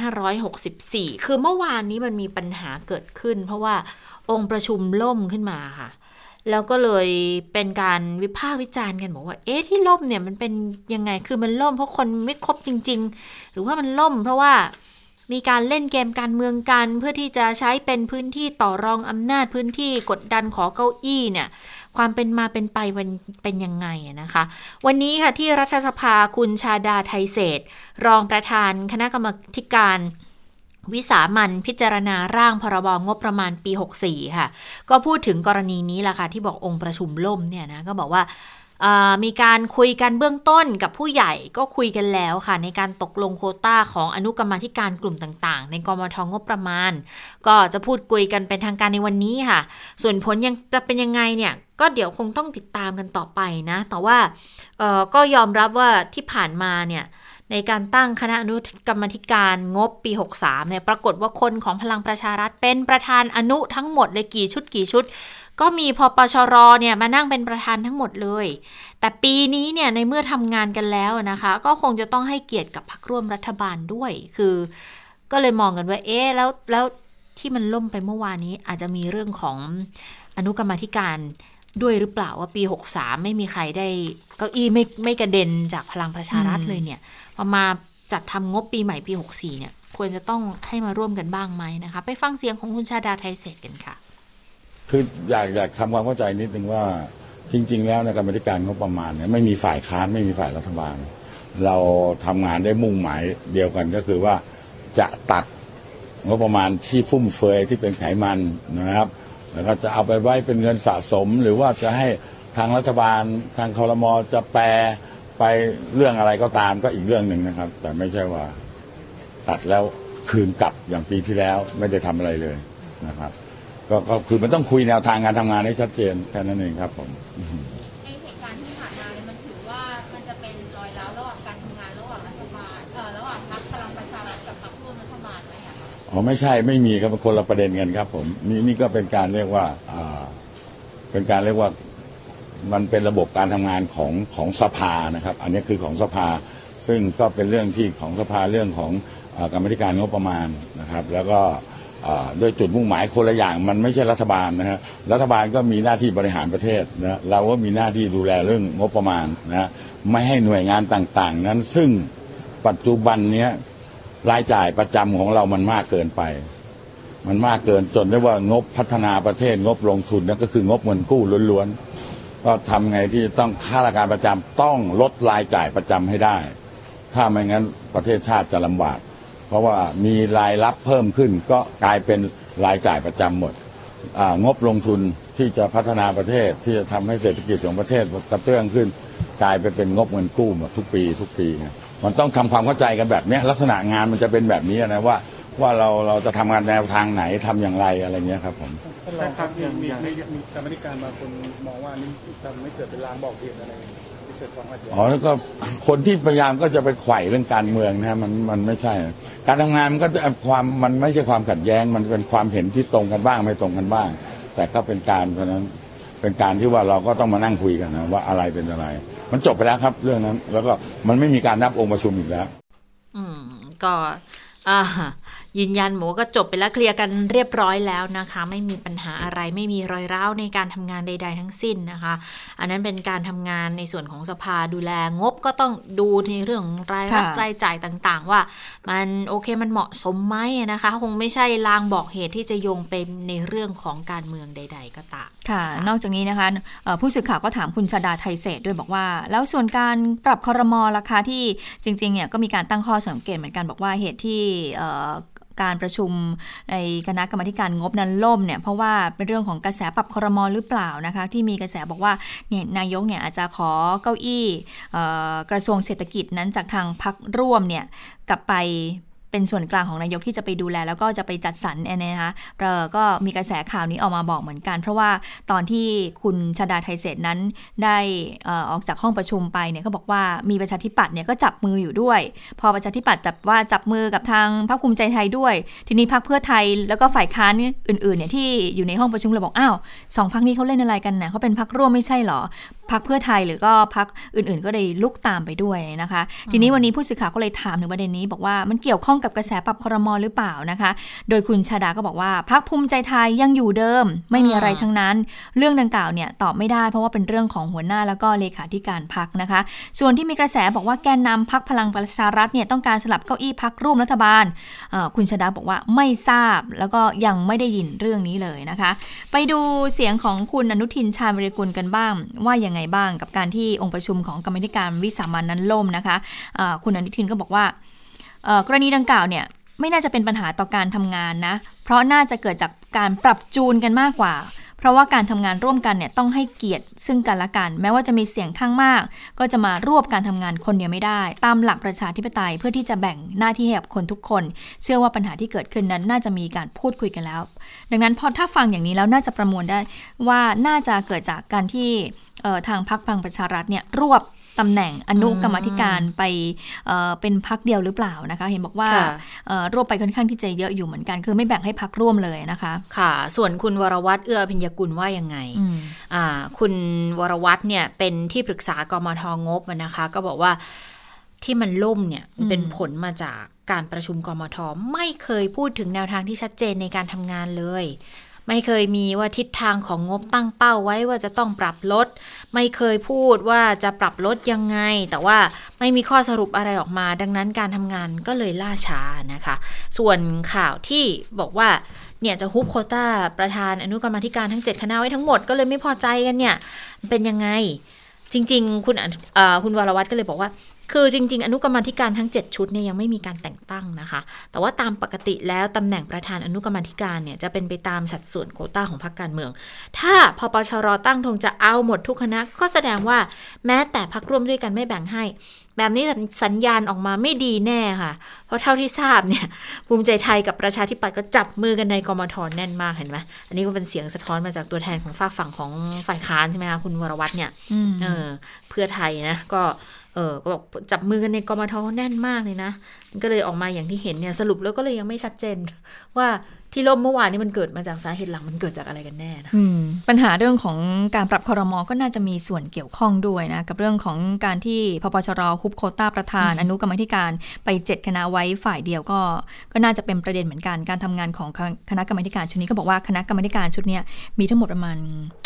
2564 คือเมื่อวานนี้มันมีปัญหาเกิดขึ้นเพราะว่าองค์ประชุมล่มขึ้นมาค่ะแล้วก็เลยเป็นการวิพากษ์วิจารณ์กันบอกว่าที่ล่มเนี่ยมันเป็นยังไงคือมันล่มเพราะคนไม่ครบจริงๆหรือว่ามันล่มเพราะว่ามีการเล่นเกมการเมืองกันเพื่อที่จะใช้เป็นพื้นที่ต่อรองอำนาจพื้นที่กดดันขอเก้าอี้เนี่ยความเป็นมาเป็นไปเป็นยังไงนะคะวันนี้ค่ะที่รัฐสภาคุณชาดาไทเศษรองประธานคณะกรรมาการวิสามัญพิจารณาร่างพรบงบประมาณปี64ค่ะก็พูดถึงกรณีนี้ล่ะค่ะที่บอกองค์ประชุมล่มเนี่ยนะก็บอกว่ามีการคุยกันเบื้องต้นกับผู้ใหญ่ก็คุยกันแล้วค่ะในการตกลงโควต้าของอนุกรรมาธิการกลุ่มต่างๆในกมท.งบประมาณก็จะพูดคุยกันเป็นทางการในวันนี้ค่ะส่วนผลยังจะเป็นยังไงเนี่ยก็เดี๋ยวคงต้องติดตามกันต่อไปนะแต่ว่าก็ยอมรับว่าที่ผ่านมาเนี่ยในการตั้งคณะอนุกรรมาธิการงบปี63เนี่ยปรากฏว่าคนของพลังประชารัฐเป็นประธานอนุทั้งหมดเลยกี่ชุดก็มีพปชรเนี่ยมานั่งเป็นประธานทั้งหมดเลยแต่ปีนี้เนี่ยในเมื่อทำงานกันแล้วนะคะก็คงจะต้องให้เกียรติกับพรรคร่วมรัฐบาลด้วยคือก็เลยมองกันว่าแล้วที่มันล่มไปเมื่อวานนี้อาจจะมีเรื่องของอนุกรรมาธิการด้วยหรือเปล่าว่าปี63ไม่มีใครได้เก้าอี้ไม่กระเด็นจากพลังประชารัฐเลยเนี่ยพอมาจัดทำงบปีใหม่ปี64เนี่ยควรจะต้องให้มาร่วมกันบ้างไหมนะคะไปฟังเสียงของคุณชาดาไทเศษกันค่ะคืออยากทำความเข้าใจนิดนึงว่าจริงๆแล้วในกรรมาธิการงบประมาณเนี่ยไม่มีฝ่ายค้านไม่มีฝ่ายรัฐบาลเราทำงานได้มุ่งหมายเดียวกันก็คือว่าจะตัดงบประมาณที่ฟุ่มเฟือยที่เป็นไขมันนะครับแล้วก็จะเอาไปไว้เป็นเงินสะสมหรือว่าจะให้ทางรัฐบาลทางครม.จะแปรไปเรื่องอะไรก็ตามก็อีกเรื่องหนึ่งนะครับแต่ไม่ใช่ว่าตัดแล้วคืนกลับอย่างปีที่แล้วไม่ได้ทำอะไรเลยนะครับก็คือมันต้องคุยแนวทางการทำงานให้ชัดเจนแค่นั้นเองครับผมเหตุการณ์ที่ผ่านมาเนี่ยมันถือว่ามันจะเป็นรอยร้าวระหว่างการทำงานระหว่างรัฐบาลระหว่างพรรคพลังประชารัฐกับพรรคร่วมรัฐบาลไหมคะอ๋อไม่ใช่ไม่มีครับคนละประเด็นกันครับผมนี่ก็เป็นการเรียกว่ามันเป็นระบบการทำงานของสภานะครับอันนี้คือของสภาซึ่งก็เป็นเรื่องที่ของสภาเรื่องของกรรมาธิการงบประมาณนะครับแล้วก็โดยจุดมุ่งหมายคนละอย่างมันไม่ใช่รัฐบาลนะฮะรัฐบาลก็มีหน้าที่บริหารประเทศนะเราก็มีหน้าที่ดูแลเรื่องงบประมาณนะไม่ให้หน่วยงานต่างๆนั้นซึ่งปปัจจุบันเนี้ยรายจ่ายประจำของเรามันมากเกินไปมันมากเกินจนได้ว่างบพัฒนาประเทศงบลงทุนนั่นก็คืองบเงินกู้ล้วนๆก็ทำไงที่ต้องข้าราชการประจำต้องลดรายจ่ายประจำให้ได้ถ้าไม่งั้นประเทศชาติจะลำบากเพราะว่ามีรายรับเพิ่มขึ้นก็กลายเป็นรายจ่ายประจำหมดงบลงทุนที่จะพัฒนาประเทศที่จะทำให้เศรษฐกิจของประเทศกระเตื้องขึ้นกลายไปเป็นงบเงินกู้หมดทุกปีมันต้องทำความเข้าใจกันแบบนี้ลักษณะงานมันจะเป็นแบบนี้นะว่าเราจะทำงานแนวทางไหนทำอย่างไรอะไรเงี้ยครับผมครับมีกรรมธิการบางคนมองว่านี่ทำไม่เกิดเป็นลางบอกเหตุอะไรที่เกิดความขัดแย้งแล้วก็คนที่พยายามก็จะไปไขว่เรื่องการเมืองนะมันไม่ใช่การทำงานมันก็จะมันไม่ใช่ความขัดแย้งมันเป็นความเห็นที่ตรงกันบ้างไม่ตรงกันบ้างแต่ก็เป็นการเพราะนั้นเป็นการที่ว่าเราก็ต้องมานั่งคุยกันนะว่าอะไรเป็นอะไรมันจบไปแล้วครับเรื่องนั้นแล้วก็มันไม่มีการนับองค์ประชุมอีกแล้วก็ยืนยันหมูก็จบไปแล้วเคลียร์กันเรียบร้อยแล้วนะคะไม่มีปัญหาอะไรไม่มีรอยร้าวในการทำงานใดๆทั้งสิ้นนะคะอันนั้นเป็นการทำงานในส่วนของสภาดูแลงบก็ต้องดูในเรื่องรายรับรายจ่ายต่างๆว่ามันโอเคมันเหมาะสมไหมนะคะคงไม่ใช่ลางบอกเหตุที่จะโยงไปในเรื่องของการเมืองใดๆก็ตามค่ะนอกจากนี้นะคะผู้สื่อข่าวก็ถามคุณชฎาไทยเศรษฐ์ด้วยบอกว่าแล้วส่วนการปรับครม.ราคาที่จริงๆเนี่ยก็มีการตั้งข้อสังเกตเหมือนกันบอกว่าเหตุที่การประชุมในคณะกรรมาการงบนั้นล่มเนี่ยเพราะว่าเป็นเรื่องของกระแสปรับครม.หรือเปล่านะคะที่มีกระแสบอกว่าเนี่ยนายกเนี่ยอาจจะขอเก้าอี้กระทรวงเศรษฐกิจนั้นจากทางพรรคร่วมเนี่ยกลับไปเป็นส่วนกลางของนายกที่จะไปดูแลแล้วก็จะไปจัดสรรเนี่ยนะคะก็มีกระแสข่าวนี้ออกมาบอกเหมือนกันเพราะว่าตอนที่คุณชฎาไทยเศรษฐ์นั้นได้ออกจากห้องประชุมไปเนี่ยก็บอกว่ามีประชาธิปัตย์เนี่ยก็จับมืออยู่ด้วยพอประชาธิปัตย์แบบว่าจับมือกับทางพรรคภูมิใจไทยด้วยทีนี้พรรคเพื่อไทยแล้วก็ฝ่ายค้านอื่นๆเนี่ยที่อยู่ในห้องประชุมเลยบอกอ้าวสองพรรคนี้เขาเล่นอะไรกันนะเขาเป็นพรรคร่วมไม่ใช่หรอพรรคเพื่อไทยหรือก็พรรคอื่นๆก็ได้ลุกตามไปด้วยนะคะทีนี้วันนี้ผู้สื่อข่าวก็เลยถามถึงประเด็นนี้บอกว่ามันเกี่ยวข้องกับกระแสปรับครม.หรือเปล่านะคะโดยคุณชฎาก็บอกว่าพรรคภูมิใจไทยยังอยู่เดิมไม่มีอะไรทั้งนั้นเรื่องดังกล่าวเนี่ยตอบไม่ได้เพราะว่าเป็นเรื่องของหัวหน้าแล้วก็เลขาธิการพรรคนะคะส่วนที่มีกระแสบอกว่าแกนนำพรรคพลังประชารัฐเนี่ยต้องการสลับเก้าอี้พรรคร่วมรัฐบาลคุณชฎาบอกว่าไม่ทราบแล้วก็ยังไม่ได้ยินเรื่องนี้เลยนะคะไปดูเสียงของคุณอนุทินชาญวิรากูลกันบ้างว่ายังไงบ้างกับการที่องค์ประชุมของกรรมาธิการวิสามัญนั้นล่มนะคะคุณอนุทินก็บอกว่ากรณีดังกล่าวเนี่ยไม่น่าจะเป็นปัญหาต่อการทำงานนะเพราะน่าจะเกิดจากการปรับจูนกันมากกว่าเพราะว่าการทำงานร่วมกันเนี่ยต้องให้เกียรติซึ่งกันและกันแม้ว่าจะมีเสียงข้างมากก็จะมารวบการทำงานคนเดียวไม่ได้ตามหลักประชาธิปไตยเพื่อที่จะแบ่งหน้าที่ให้กับคนทุกคนเชื่อว่าปัญหาที่เกิดขึ้นนั้นน่าจะมีการพูดคุยกันแล้วดังนั้นพอถ้าฟังอย่างนี้แล้วน่าจะประมวลได้ว่าน่าจะเกิดจากการที่ทางพรรคพลังประชารัฐเนี่ยรวบตำแหน่งอนุกรรมาธิการไปเป็นพรรคเดียวหรือเปล่านะคะเห็นบอกว่ารวบไปค่อนข้างที่จะเยอะอยู่เหมือนกันคือไม่แบ่งให้พรรคร่วมเลยนะคะค่ะส่วนคุณวรวัฒน์เอื้ออภิญญกุลว่ายังไงคุณวรวัฒน์เนี่ยเป็นที่ปรึกษากมท.งบนะคะก็บอกว่าที่มันล่มเนี่ยเป็นผลมาจากการประชุมกมท.ไม่เคยพูดถึงแนวทางที่ชัดเจนในการทำงานเลยไม่เคยมีว่าทิศทางของงบตั้งเป้าไว้ว่าจะต้องปรับลดไม่เคยพูดว่าจะปรับลดยังไงแต่ว่าไม่มีข้อสรุปอะไรออกมาดังนั้นการทำงานก็เลยล่าช้านะคะส่วนข่าวที่บอกว่าเนี่ยจะฮุบโควต้าประธานอนุกรรมาธิการทั้ง7คณะไว้ทั้งหมดก็เลยไม่พอใจกันเนี่ยเป็นยังไงจริงๆคุณวรวัฒน์ก็เลยบอกว่าคือจริงๆอนุกรรมาธิการทั้ง7ชุดเนี่ยยังไม่มีการแต่งตั้งนะคะแต่ว่าตามปกติแล้วตำแหน่งประธานอนุกรรมาธิการเนี่ยจะเป็นไปตามสัดส่วนโควต้าของพรรคการเมืองถ้าพปชรตั้งธงจะเอาหมดทุกคณะก็แสดงว่าแม้แต่พรรคร่วมด้วยกันไม่แบ่งให้แบบนี้สัญญาณออกมาไม่ดีแน่ค่ะเพราะเท่าที่ทราบเนี่ยภูมิใจไทยกับประชาธิปัตย์ก็จับมือกันในกมท.แน่นมากเห็นไหมอันนี้ก็เป็นเสียงสะท้อนมาจากตัวแทนของฝั่งของฝ่ายค้านใช่ไหมคะคุณวรวัฒน์เนี่ยเพื่อไทยนะก็บอกจับมือกันในกมท.แน่นมากเลยนะก็เลยออกมาอย่างที่เห็นเนี่ยสรุปแล้วก็เลยยังไม่ชัดเจนว่าที่ล่มเมื่อวานนี้มันเกิดมาจากสาเหตุหลักมันเกิดจากอะไรกันแน่นะปัญหาเรื่องของการปรับครม.ก็น่าจะมีส่วนเกี่ยวข้องด้วยนะกับเรื่องของการที่พปชรฮุบโควต้าประธานอนุกรรมาธิการไป7คณะไว้ฝ่ายเดียวก็น่าจะเป็นประเด็นเหมือนกันการทำงานของคณะกรรมาธิการชุดนี้ก็บอกว่าคณะกรรมาธิการชุดนี้มีทั้งหมดประมาณ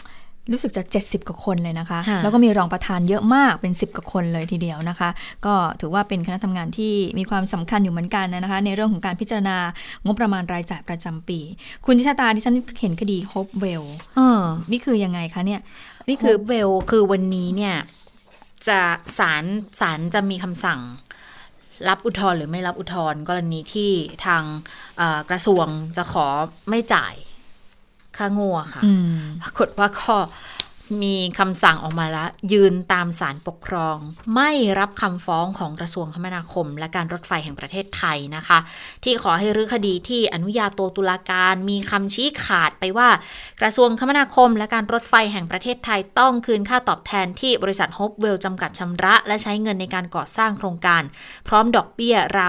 รู้สึกจะ70กว่าคนเลยนะคะแล้วก็มีรองประธานเยอะมากเป็น10กว่าคนเลยทีเดียวนะคะก็ถือว่าเป็นคณะทำงานที่มีความสำคัญอยู่เหมือนกันนะคะในเรื่องของการพิจารณางบประมาณรายจ่ายประจำปีคุณทิชาตาที่ฉันเห็นคดีโฮปเวลนี่คือยังไงคะเนี่ยนี่คือเวลคือวันนี้เนี่ยจะศาลจะมีคำสั่งรับอุทธรณ์หรือไม่รับอุทธรณ์กรณีที่ทางกระทรวงจะขอไม่จ่ายค่าโง่ค่ะปรากฏว่าก็มีคำสั่งออกมาแล้วยืนตามศาลปกครองไม่รับคำฟ้องของกระทรวงคมนาคมและการรถไฟแห่งประเทศไทยนะคะที่ขอให้รื้อคดีที่อนุญาโตตุลาการมีคำชี้ขาดไปว่ากระทรวงคมนาคมและการรถไฟแห่งประเทศไทยต้องคืนค่าตอบแทนที่บริษัทโฮปเวลจำกัดชำระและใช้เงินในการก่อสร้างโครงการพร้อมดอกเบี้ยราว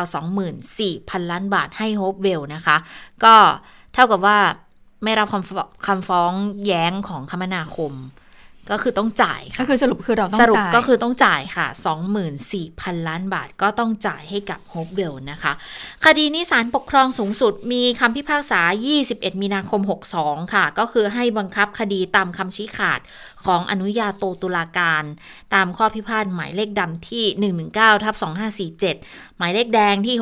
24,000 ล้านบาทให้โฮปเวลนะคะก็เท่ากับว่าไม่รับคำฟ้องแย้งของคมนาคมก็คือต้องจ่ายค่ะก็คือสรุปคือเราต้องจ่ายสรุปก็คือต้องจ่ายค่ะ 24,000 ล้านบาทก็ต้องจ่ายให้กับโฮปเวลนะคะคดีนี้ศาลปกครองสูงสุดมีคำพิพากษา21มีนาคม62ค่ะก็คือให้บังคับคดีตามคำชี้ขาดของอนุญาโตตุลาการตามข้อพิพาทหมายเลขดำที่ 119/2547 หมายเลขแดงที่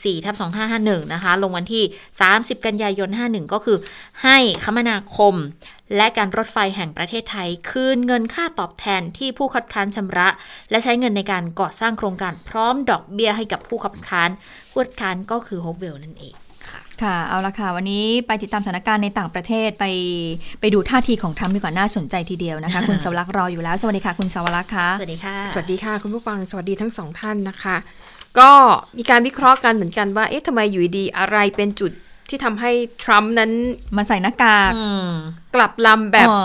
64/2551 นะคะลงวันที่30กันยายน51ก็คือให้คมนาคมและการรถไฟแห่งประเทศไทยคืนเงินค่าตอบแทนที่ผู้คัดค้านชำระและใช้เงินในการก่อสร้างโครงการพร้อมดอกเบี้ยให้กับผู้คัดค้านก็คือโฮปเวลนั่นเองค่ะเอาละค่ะวันนี้ไปติดตามสถานการณ์ในต่างประเทศไปดูท่าทีของทรัมป์ดีกว่าน่าสนใจทีเดียวนะคะ คุณสวรักษ์รออยู่แล้วสวัสดีค่ะคุณสวรักษ์ค่ะสวัสดีค่ะสวัสดีค่ะคุณผู้ฟังสวัสดีทั้งสองท่านนะคะก็มีการวิเคราะห์กันเหมือนกันว่าเอ๊ะทำไมอยู่ดีอะไรเป็นจุดที่ทำให้ทรัมป์นั้นมาใส่หน้ากากกลับลำแบบ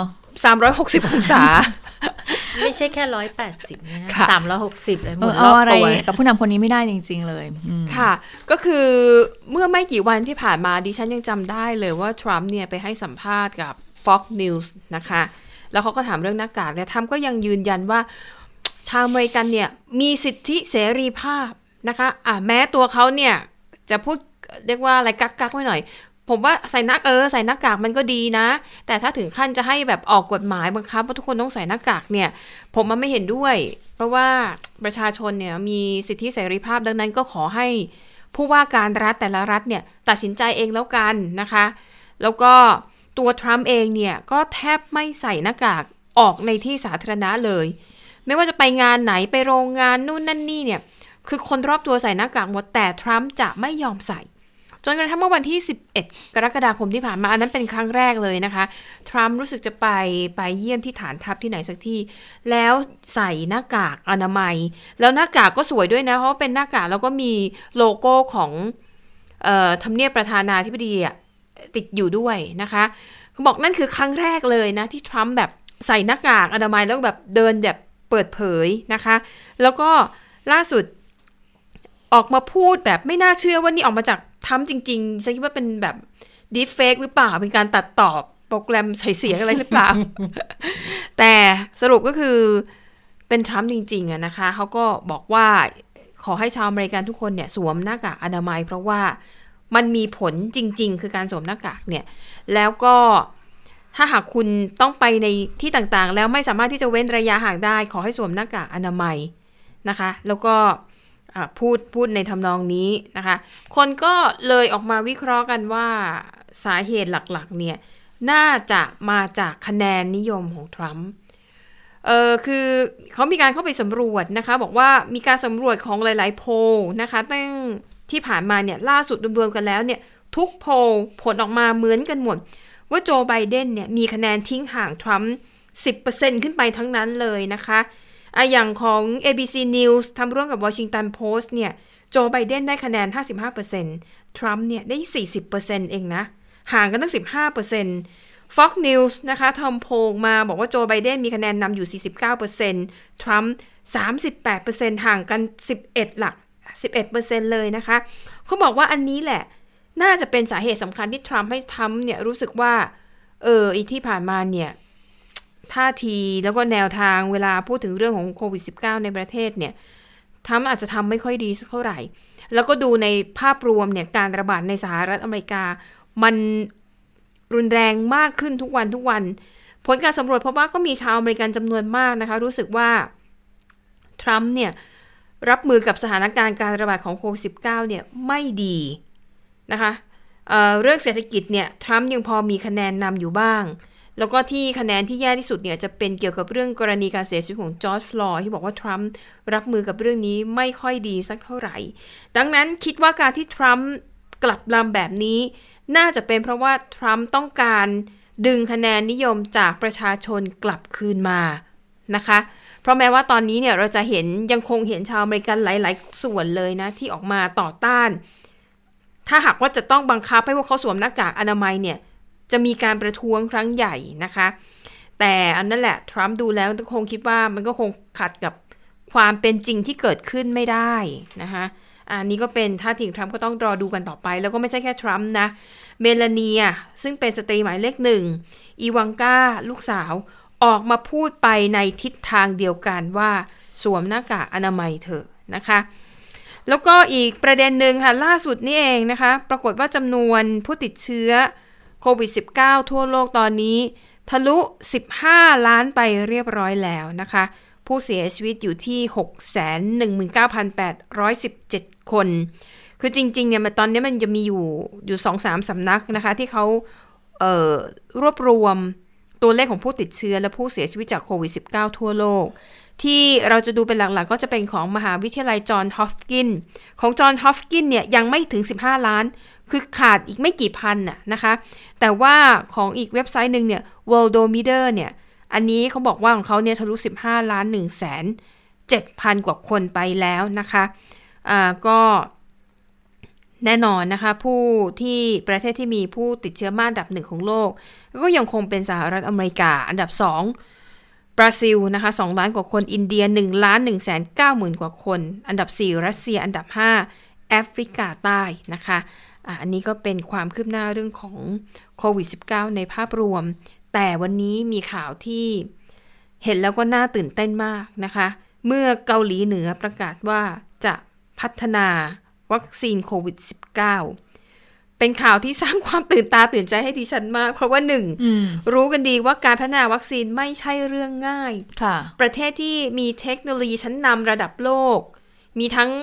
360องศาไม่ใช่แค่180นะ360เลยหมุนรอบตัวเอาอะไรกับผู้นำคนนี้ไม่ได้จริงๆเลยค่ะก็คือเมื่อไม่กี่วันที่ผ่านมาดิฉันยังจำได้เลยว่าทรัมป์เนี่ยไปให้สัมภาษณ์กับ Fox News นะคะแล้วเขาก็ถามเรื่องหน้ากากเนี่ยทรัมป์ก็ยังยืนยันว่าชาวอเมริกันเนี่ยมีสิทธิเสรีภาพนะคะแม้ตัวเขาเนี่ยจะพูดเรียกว่าอะไรกักๆไว้หน่อยผมว่าใส่หน้ากากมันก็ดีนะแต่ถ้าถึงขั้นจะให้แบบออกกฎหมายบังคับว่าทุกคนต้องใส่หน้ากากเนี่ยผมมันไม่เห็นด้วยเพราะว่าประชาชนเนี่ยมีสิทธิเสรีภาพดังนั้นก็ขอให้ผู้ว่าการรัฐแต่ละรัฐเนี่ยตัดสินใจเองแล้วกันนะคะแล้วก็ตัวทรัมป์เองเนี่ยก็แทบไม่ใส่หน้ากากออกในที่สาธารณะเลยไม่ว่าจะไปงานไหนไปโรงงานนู่นนั่นนี่เนี่ยคือคนรอบตัวใส่หน้ากากหมดแต่ทรัมป์จะไม่ยอมใส่จนกระทั่งเมื่อวันที่11กรกฎาคมที่ผ่านมาอันนั้นเป็นครั้งแรกเลยนะคะทรัมป์รู้สึกจะไปเยี่ยมที่ฐานทัพที่ไหนสักที่แล้วใส่หน้ากากอนามัยแล้วหน้ากากก็สวยด้วยนะเพราะเป็นหน้ากากแล้วก็มีโลโก้ของทำเนียบประธานาธิบดีติดอยู่ด้วยนะคะเขาบอกนั่นคือครั้งแรกเลยนะที่ทรัมป์แบบใส่หน้ากากอนามัยแล้วแบบเดินแบบเปิดเผยนะคะแล้วก็ล่าสุดออกมาพูดแบบไม่น่าเชื่อว่านี่ออกมาจากทรัมป์จริงๆฉันคิดว่าเป็นแบบดีเฟกหรือเปล่าเป็นการตัดต่อโปรแกรมใส่เสียงอะไรหรือเปล่า แต่สรุปก็คือเป็นทรัมป์จริงๆนะคะเขาก็บอกว่าขอให้ชาวอเมริกันทุกคนเนี่ยสวมหน้ากากอนามัยเพราะว่ามันมีผลจริงๆคือการสวมหน้ากากเนี่ยแล้วก็ถ้าหากคุณต้องไปในที่ต่างๆแล้วไม่สามารถที่จะเว้นระยะห่างได้ขอให้สวมหน้ากากอนามัยนะคะแล้วก็พูดในทำนองนี้นะคะคนก็เลยออกมาวิเคราะห์กันว่าสาเหตุหลักๆเนี่ยน่าจะมาจากคะแนนนิยมของทรัมป์คือเขามีการเข้าไปสำรวจนะคะบอกว่ามีการสำรวจของหลายๆโพลนะคะตั้งที่ผ่านมาเนี่ยล่าสุดรวมๆกันแล้วเนี่ยทุกโพลผลออกมาเหมือนกันหมดว่าโจไบเดนเนี่ยมีคะแนนทิ้งห่างทรัมป์ 10% ขึ้นไปทั้งนั้นเลยนะคะอย่างของ ABC News ทำร่วมกับ Washington Post เนี่ยโจไบเดนได้คะแนน 55% ทรัมป์เนี่ยได้ 40% เองนะห่างกันตั้ง 15% Fox News นะคะทำโพลมาบอกว่าโจไบเดนมีคะแนนนำอยู่ 49% ทรัมป์ 38% ห่างกัน11% เลยนะคะเขาบอกว่าอันนี้แหละน่าจะเป็นสาเหตุสำคัญที่ทรัมป์ให้ทรัมป์เนี่ยรู้สึกว่าอีที่ผ่านมาเนี่ยท่าทีแล้วก็แนวทางเวลาพูดถึงเรื่องของโควิด -19 ในประเทศเนี่ยทรัมป์อาจจะทำไม่ค่อยดีสักเท่าไหร่แล้วก็ดูในภาพรวมเนี่ยการระบาดในสหรัฐอเมริกามันรุนแรงมากขึ้นทุกวันผลการสำรวจพบว่าก็มีชาวอเมริกันจำนวนมากนะคะรู้สึกว่าทรัมป์เนี่ยรับมือกับสถานการณ์การระบาดของโควิด -19 เนี่ยไม่ดีนะคะเรื่องเศรษฐกิจเนี่ยทรัมป์ยังพอมีคะแนนนำอยู่บ้างแล้วก็ที่คะแนนที่แย่ที่สุดเนี่ยจะเป็นเกี่ยวกับเรื่องกรณีการเสียชีวิตของจอร์จฟลอยด์ที่บอกว่าทรัมป์รับมือกับเรื่องนี้ไม่ค่อยดีสักเท่าไหร่ดังนั้นคิดว่าการที่ทรัมป์กลับลำแบบนี้น่าจะเป็นเพราะว่าทรัมป์ต้องการดึงคะแนนนิยมจากประชาชนกลับคืนมานะคะเพราะแม้ว่าตอนนี้เนี่ยเราจะเห็นยังคงเห็นชาวอเมริกันหลายๆส่วนเลยนะที่ออกมาต่อต้านถ้าหากว่าจะต้องบังคับให้พวกเขาสวมหน้ากากอนามัยเนี่ยจะมีการประท้วงครั้งใหญ่นะคะแต่อันนั้นแหละทรัมป์ดูแล้วคงคิดว่ามันก็คงขัดกับความเป็นจริงที่เกิดขึ้นไม่ได้นะคะอันนี้ก็เป็นท่าทีของทรัมป์ก็ต้องรอดูกันต่อไปแล้วก็ไม่ใช่แค่ทรัมป์นะเมลานีซึ่งเป็นสตรีหมายเลขหนึ่งอีวังกาลูกสาวออกมาพูดไปในทิศทางเดียวกันว่าสวมหน้ากากอนามัยเถอะนะคะแล้วก็อีกประเด็นหนึ่งค่ะล่าสุดนี่เองนะคะปรากฏว่าจำนวนผู้ติดเชื้อโควิด -19 ทั่วโลกตอนนี้ทะลุ15ล้านไปเรียบร้อยแล้วนะคะผู้เสียชีวิตอยู่ที่ 619,817 คนคือจริงๆเนี่ยตอนนี้มันจะมีอยู่ 2-3 สำนักนะคะที่เขารวบรวมตัวเลขของผู้ติดเชื้อและผู้เสียชีวิตจากโควิด -19 ทั่วโลกที่เราจะดูเป็นหลักๆก็จะเป็นของมหาวิทยาลัยจอห์นฮอปกินส์ของจอห์นฮอปกินส์เนี่ยยังไม่ถึง15ล้านคือขาดอีกไม่กี่พันนะคะแต่ว่าของอีกเว็บไซต์หนึ่งเนี่ย Worldometer เนี่ยอันนี้เขาบอกว่าของเขาเนี่ยทะลุ15ล้าน1,700,000 กว่าคนไปแล้วนะคะก็แน่นอนนะคะผู้ที่ประเทศที่มีผู้ติดเชื้อมากอันดับ1ของโลกก็ยังคงเป็นสหรัฐอเมริกาอันดับ2บราซิลนะคะ2ล้านกว่าคนอินเดีย1,190,000 กว่าคนอันดับ4รัสเซียอันดับ5แอฟริกาใต้นะคะอันนี้ก็เป็นความคืบหน้าเรื่องของโควิด -19 ในภาพรวมแต่วันนี้มีข่าวที่เห็นแล้วก็น่าตื่นเต้นมากนะคะเมื่อเกาหลีเหนือประกาศว่าจะพัฒนาวัคซีนโควิด -19 เป็นข่าวที่สร้างความตื่นตาตื่นใจให้ดิฉันมากเพราะว่ารู้กันดีว่าการพัฒนาวัคซีนไม่ใช่เรื่องง่ายประเทศที่มีเทคโนโลยีชั้นนำระดับโลกมีทั้ง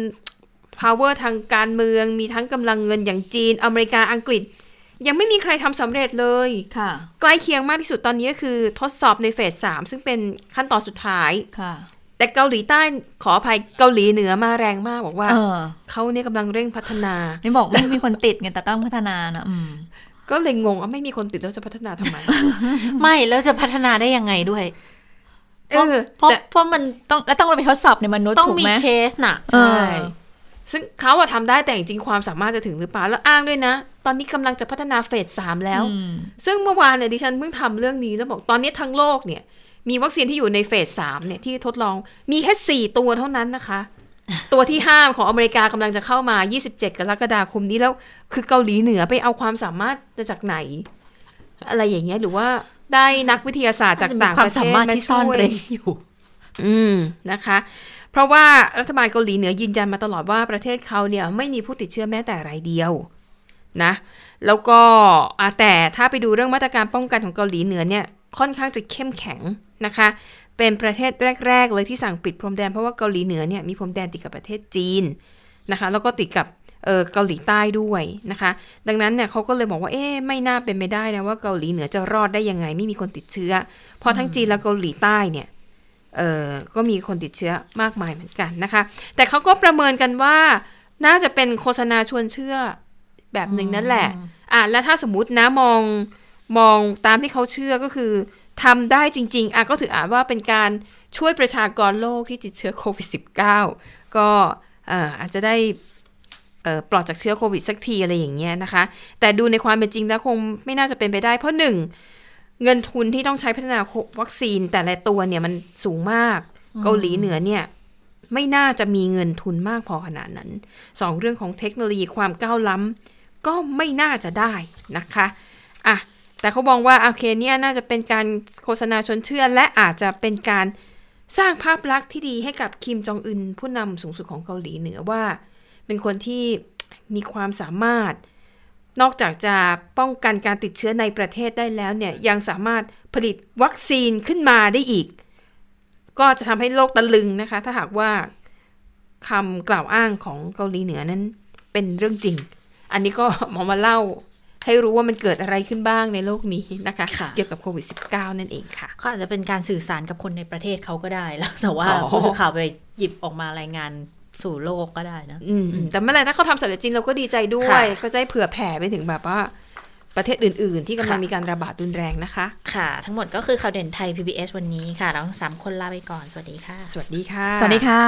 power ทางการเมืองมีทั้งกำลังเงินอย่างจีนอเมริกาอังกฤษยังไม่มีใครทำสำเร็จเลยใกล้เคียงมากที่สุดตอนนี้ก็คือทดสอบในเฟส 3ซึ่งเป็นขั้นตอนสุดท้ายแต่เกาหลีใต้ขออภัยเกาหลีเหนือมาแรงมากบอกว่าเขาเนี่ยกำลังเร่งพัฒนาไม่บอกไม่มีคนติดไงแต่ต้องพัฒนานะก็เลยงงว่าไม่มีคนติดแล้วจะพัฒนาทำไมไม่แล้วจะพัฒนาได้ยังไงด้วยเพราะมันต้องไปทดสอบในมนุษย์ต้องมีเคสน่ะใช่ซึ่งเขาทำได้แต่จริงๆความสามารถจะถึงหรือเปล่าแล้วอ้างด้วยนะตอนนี้กำลังจะพัฒนาเฟส 3แล้วซึ่งเมื่อวานเนี่ยดิฉันเพิ่งทำเรื่องนี้แล้วบอกตอนนี้ทั้งโลกเนี่ยมีวัคซีนที่อยู่ในเฟส 3เนี่ยที่ทดลองมีแค่4ตัวเท่านั้นนะคะ ตัวที่5ของอเมริกากำลังจะเข้ามา27กรกฎาคมนี้แล้วคือเกาหลีเหนือไปเอาความสามารถมาจากไหนอะไรอย่างเงี้ยหรือว่าได้นักวิทยาศาสตร์จากต่างประเทศมาช่วยอยู่นะคะเพราะว่ารัฐบาลเกาหลีเหนือยืนยันมาตลอดว่าประเทศเขาเนี่ยไม่มีผู้ติดเชื้อแม้แต่รายเดียวนะแล้วก็แต่ถ้าไปดูเรื่องมาตรการป้องกันของเกาหลีเหนือเนี่ยค่อนข้างจะเข้มแข็งนะคะเป็นประเทศแรกๆเลยที่สั่งปิดพรมแดนเพราะว่าเกาหลีเหนือเนี่ยมีพรมแดนติดกับประเทศจีนนะคะแล้วก็ติดกับเกาหลีใต้ด้วยนะคะดังนั้นเนี่ยเขาก็เลยบอกว่าไม่น่าเป็นไปได้นะว่าเกาหลีเหนือจะรอดได้ยังไงไม่มีคนติดเชื้อเพราะทั้งจีนและเกาหลีใต้เนี่ยก็มีคนติดเชื้อมากมายเหมือนกันนะคะแต่เขาก็ประเมินกันว่าน่าจะเป็นโฆษณาชวนเชื่อแบบหนึ่งนั่นแหละแล้วถ้าสมมุตินะมองตามที่เขาเชื่อก็คือทำได้จริงๆก็ถือว่าเป็นการช่วยประชากรโลกที่ติดเชื้อโควิด -19 ก็อาจจะได้ปลอดจากเชื้อโควิดสักทีอะไรอย่างเงี้ยนะคะแต่ดูในความเป็นจริงแล้วคงไม่น่าจะเป็นไปได้เพราะ1เงินทุนที่ต้องใช้พัฒนาวัคซีนแต่ละตัวเนี่ยมันสูงมากเกาหลีเหนือเนี่ยไม่น่าจะมีเงินทุนมากพอขนาดนั้น2เรื่องของเทคโนโลยีความก้าวล้ำก็ไม่น่าจะได้นะคะแต่เขาบอกว่าโอเคเนี่ยน่าจะเป็นการโฆษณาชวนเชื่อและอาจจะเป็นการสร้างภาพลักษณ์ที่ดีให้กับคิมจองอึนผู้นำสูงสุดของเกาหลีเหนือว่าเป็นคนที่มีความสามารถนอกจากจะป้องกันการติดเชื้อในประเทศได้แล้วเนี่ยยังสามารถผลิตวัคซีนขึ้นมาได้อีกก็จะทำให้โลกตะลึงนะคะถ้าหากว่าคำกล่าวอ้างของเกาหลีเหนือนั้นเป็นเรื่องจริงอันนี้ก็หมอมาเล่าให้รู้ว่ามันเกิดอะไรขึ้นบ้างในโลกนี้นะคะเกี่ยวกับโควิด -19 นั่นเองค่ะก็อาจจะเป็นการสื่อสารกับคนในประเทศเขาก็ได้แล้วแต่ว่าผู้สื่อข่าวไปหยิบออกมารายงานสู่โลกก็ได้นะแต่เมื่อไหร่ถ้าเขาทำสำเร็จจริงเราก็ดีใจด้วยก็จะเผื่อแผ่ไปถึงแบบว่าประเทศอื่นๆที่กำลังมีการระบาดรุนแรงนะคะค่ะทั้งหมดก็คือข่าวเด่นไทย PBS วันนี้ค่ะเราทั้ง3คนลาไปก่อนสวัสดีค่ะสวัสดีค่ะสวัสดีค่ะ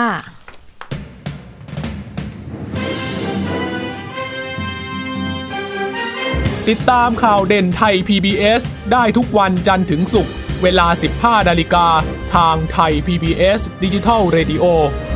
ติดตามข่าวเด่นไทย PBS ได้ทุกวันจันทร์ถึงศุกร์เวลา 15 นาฬิกาทางไทย PBS Digital Radio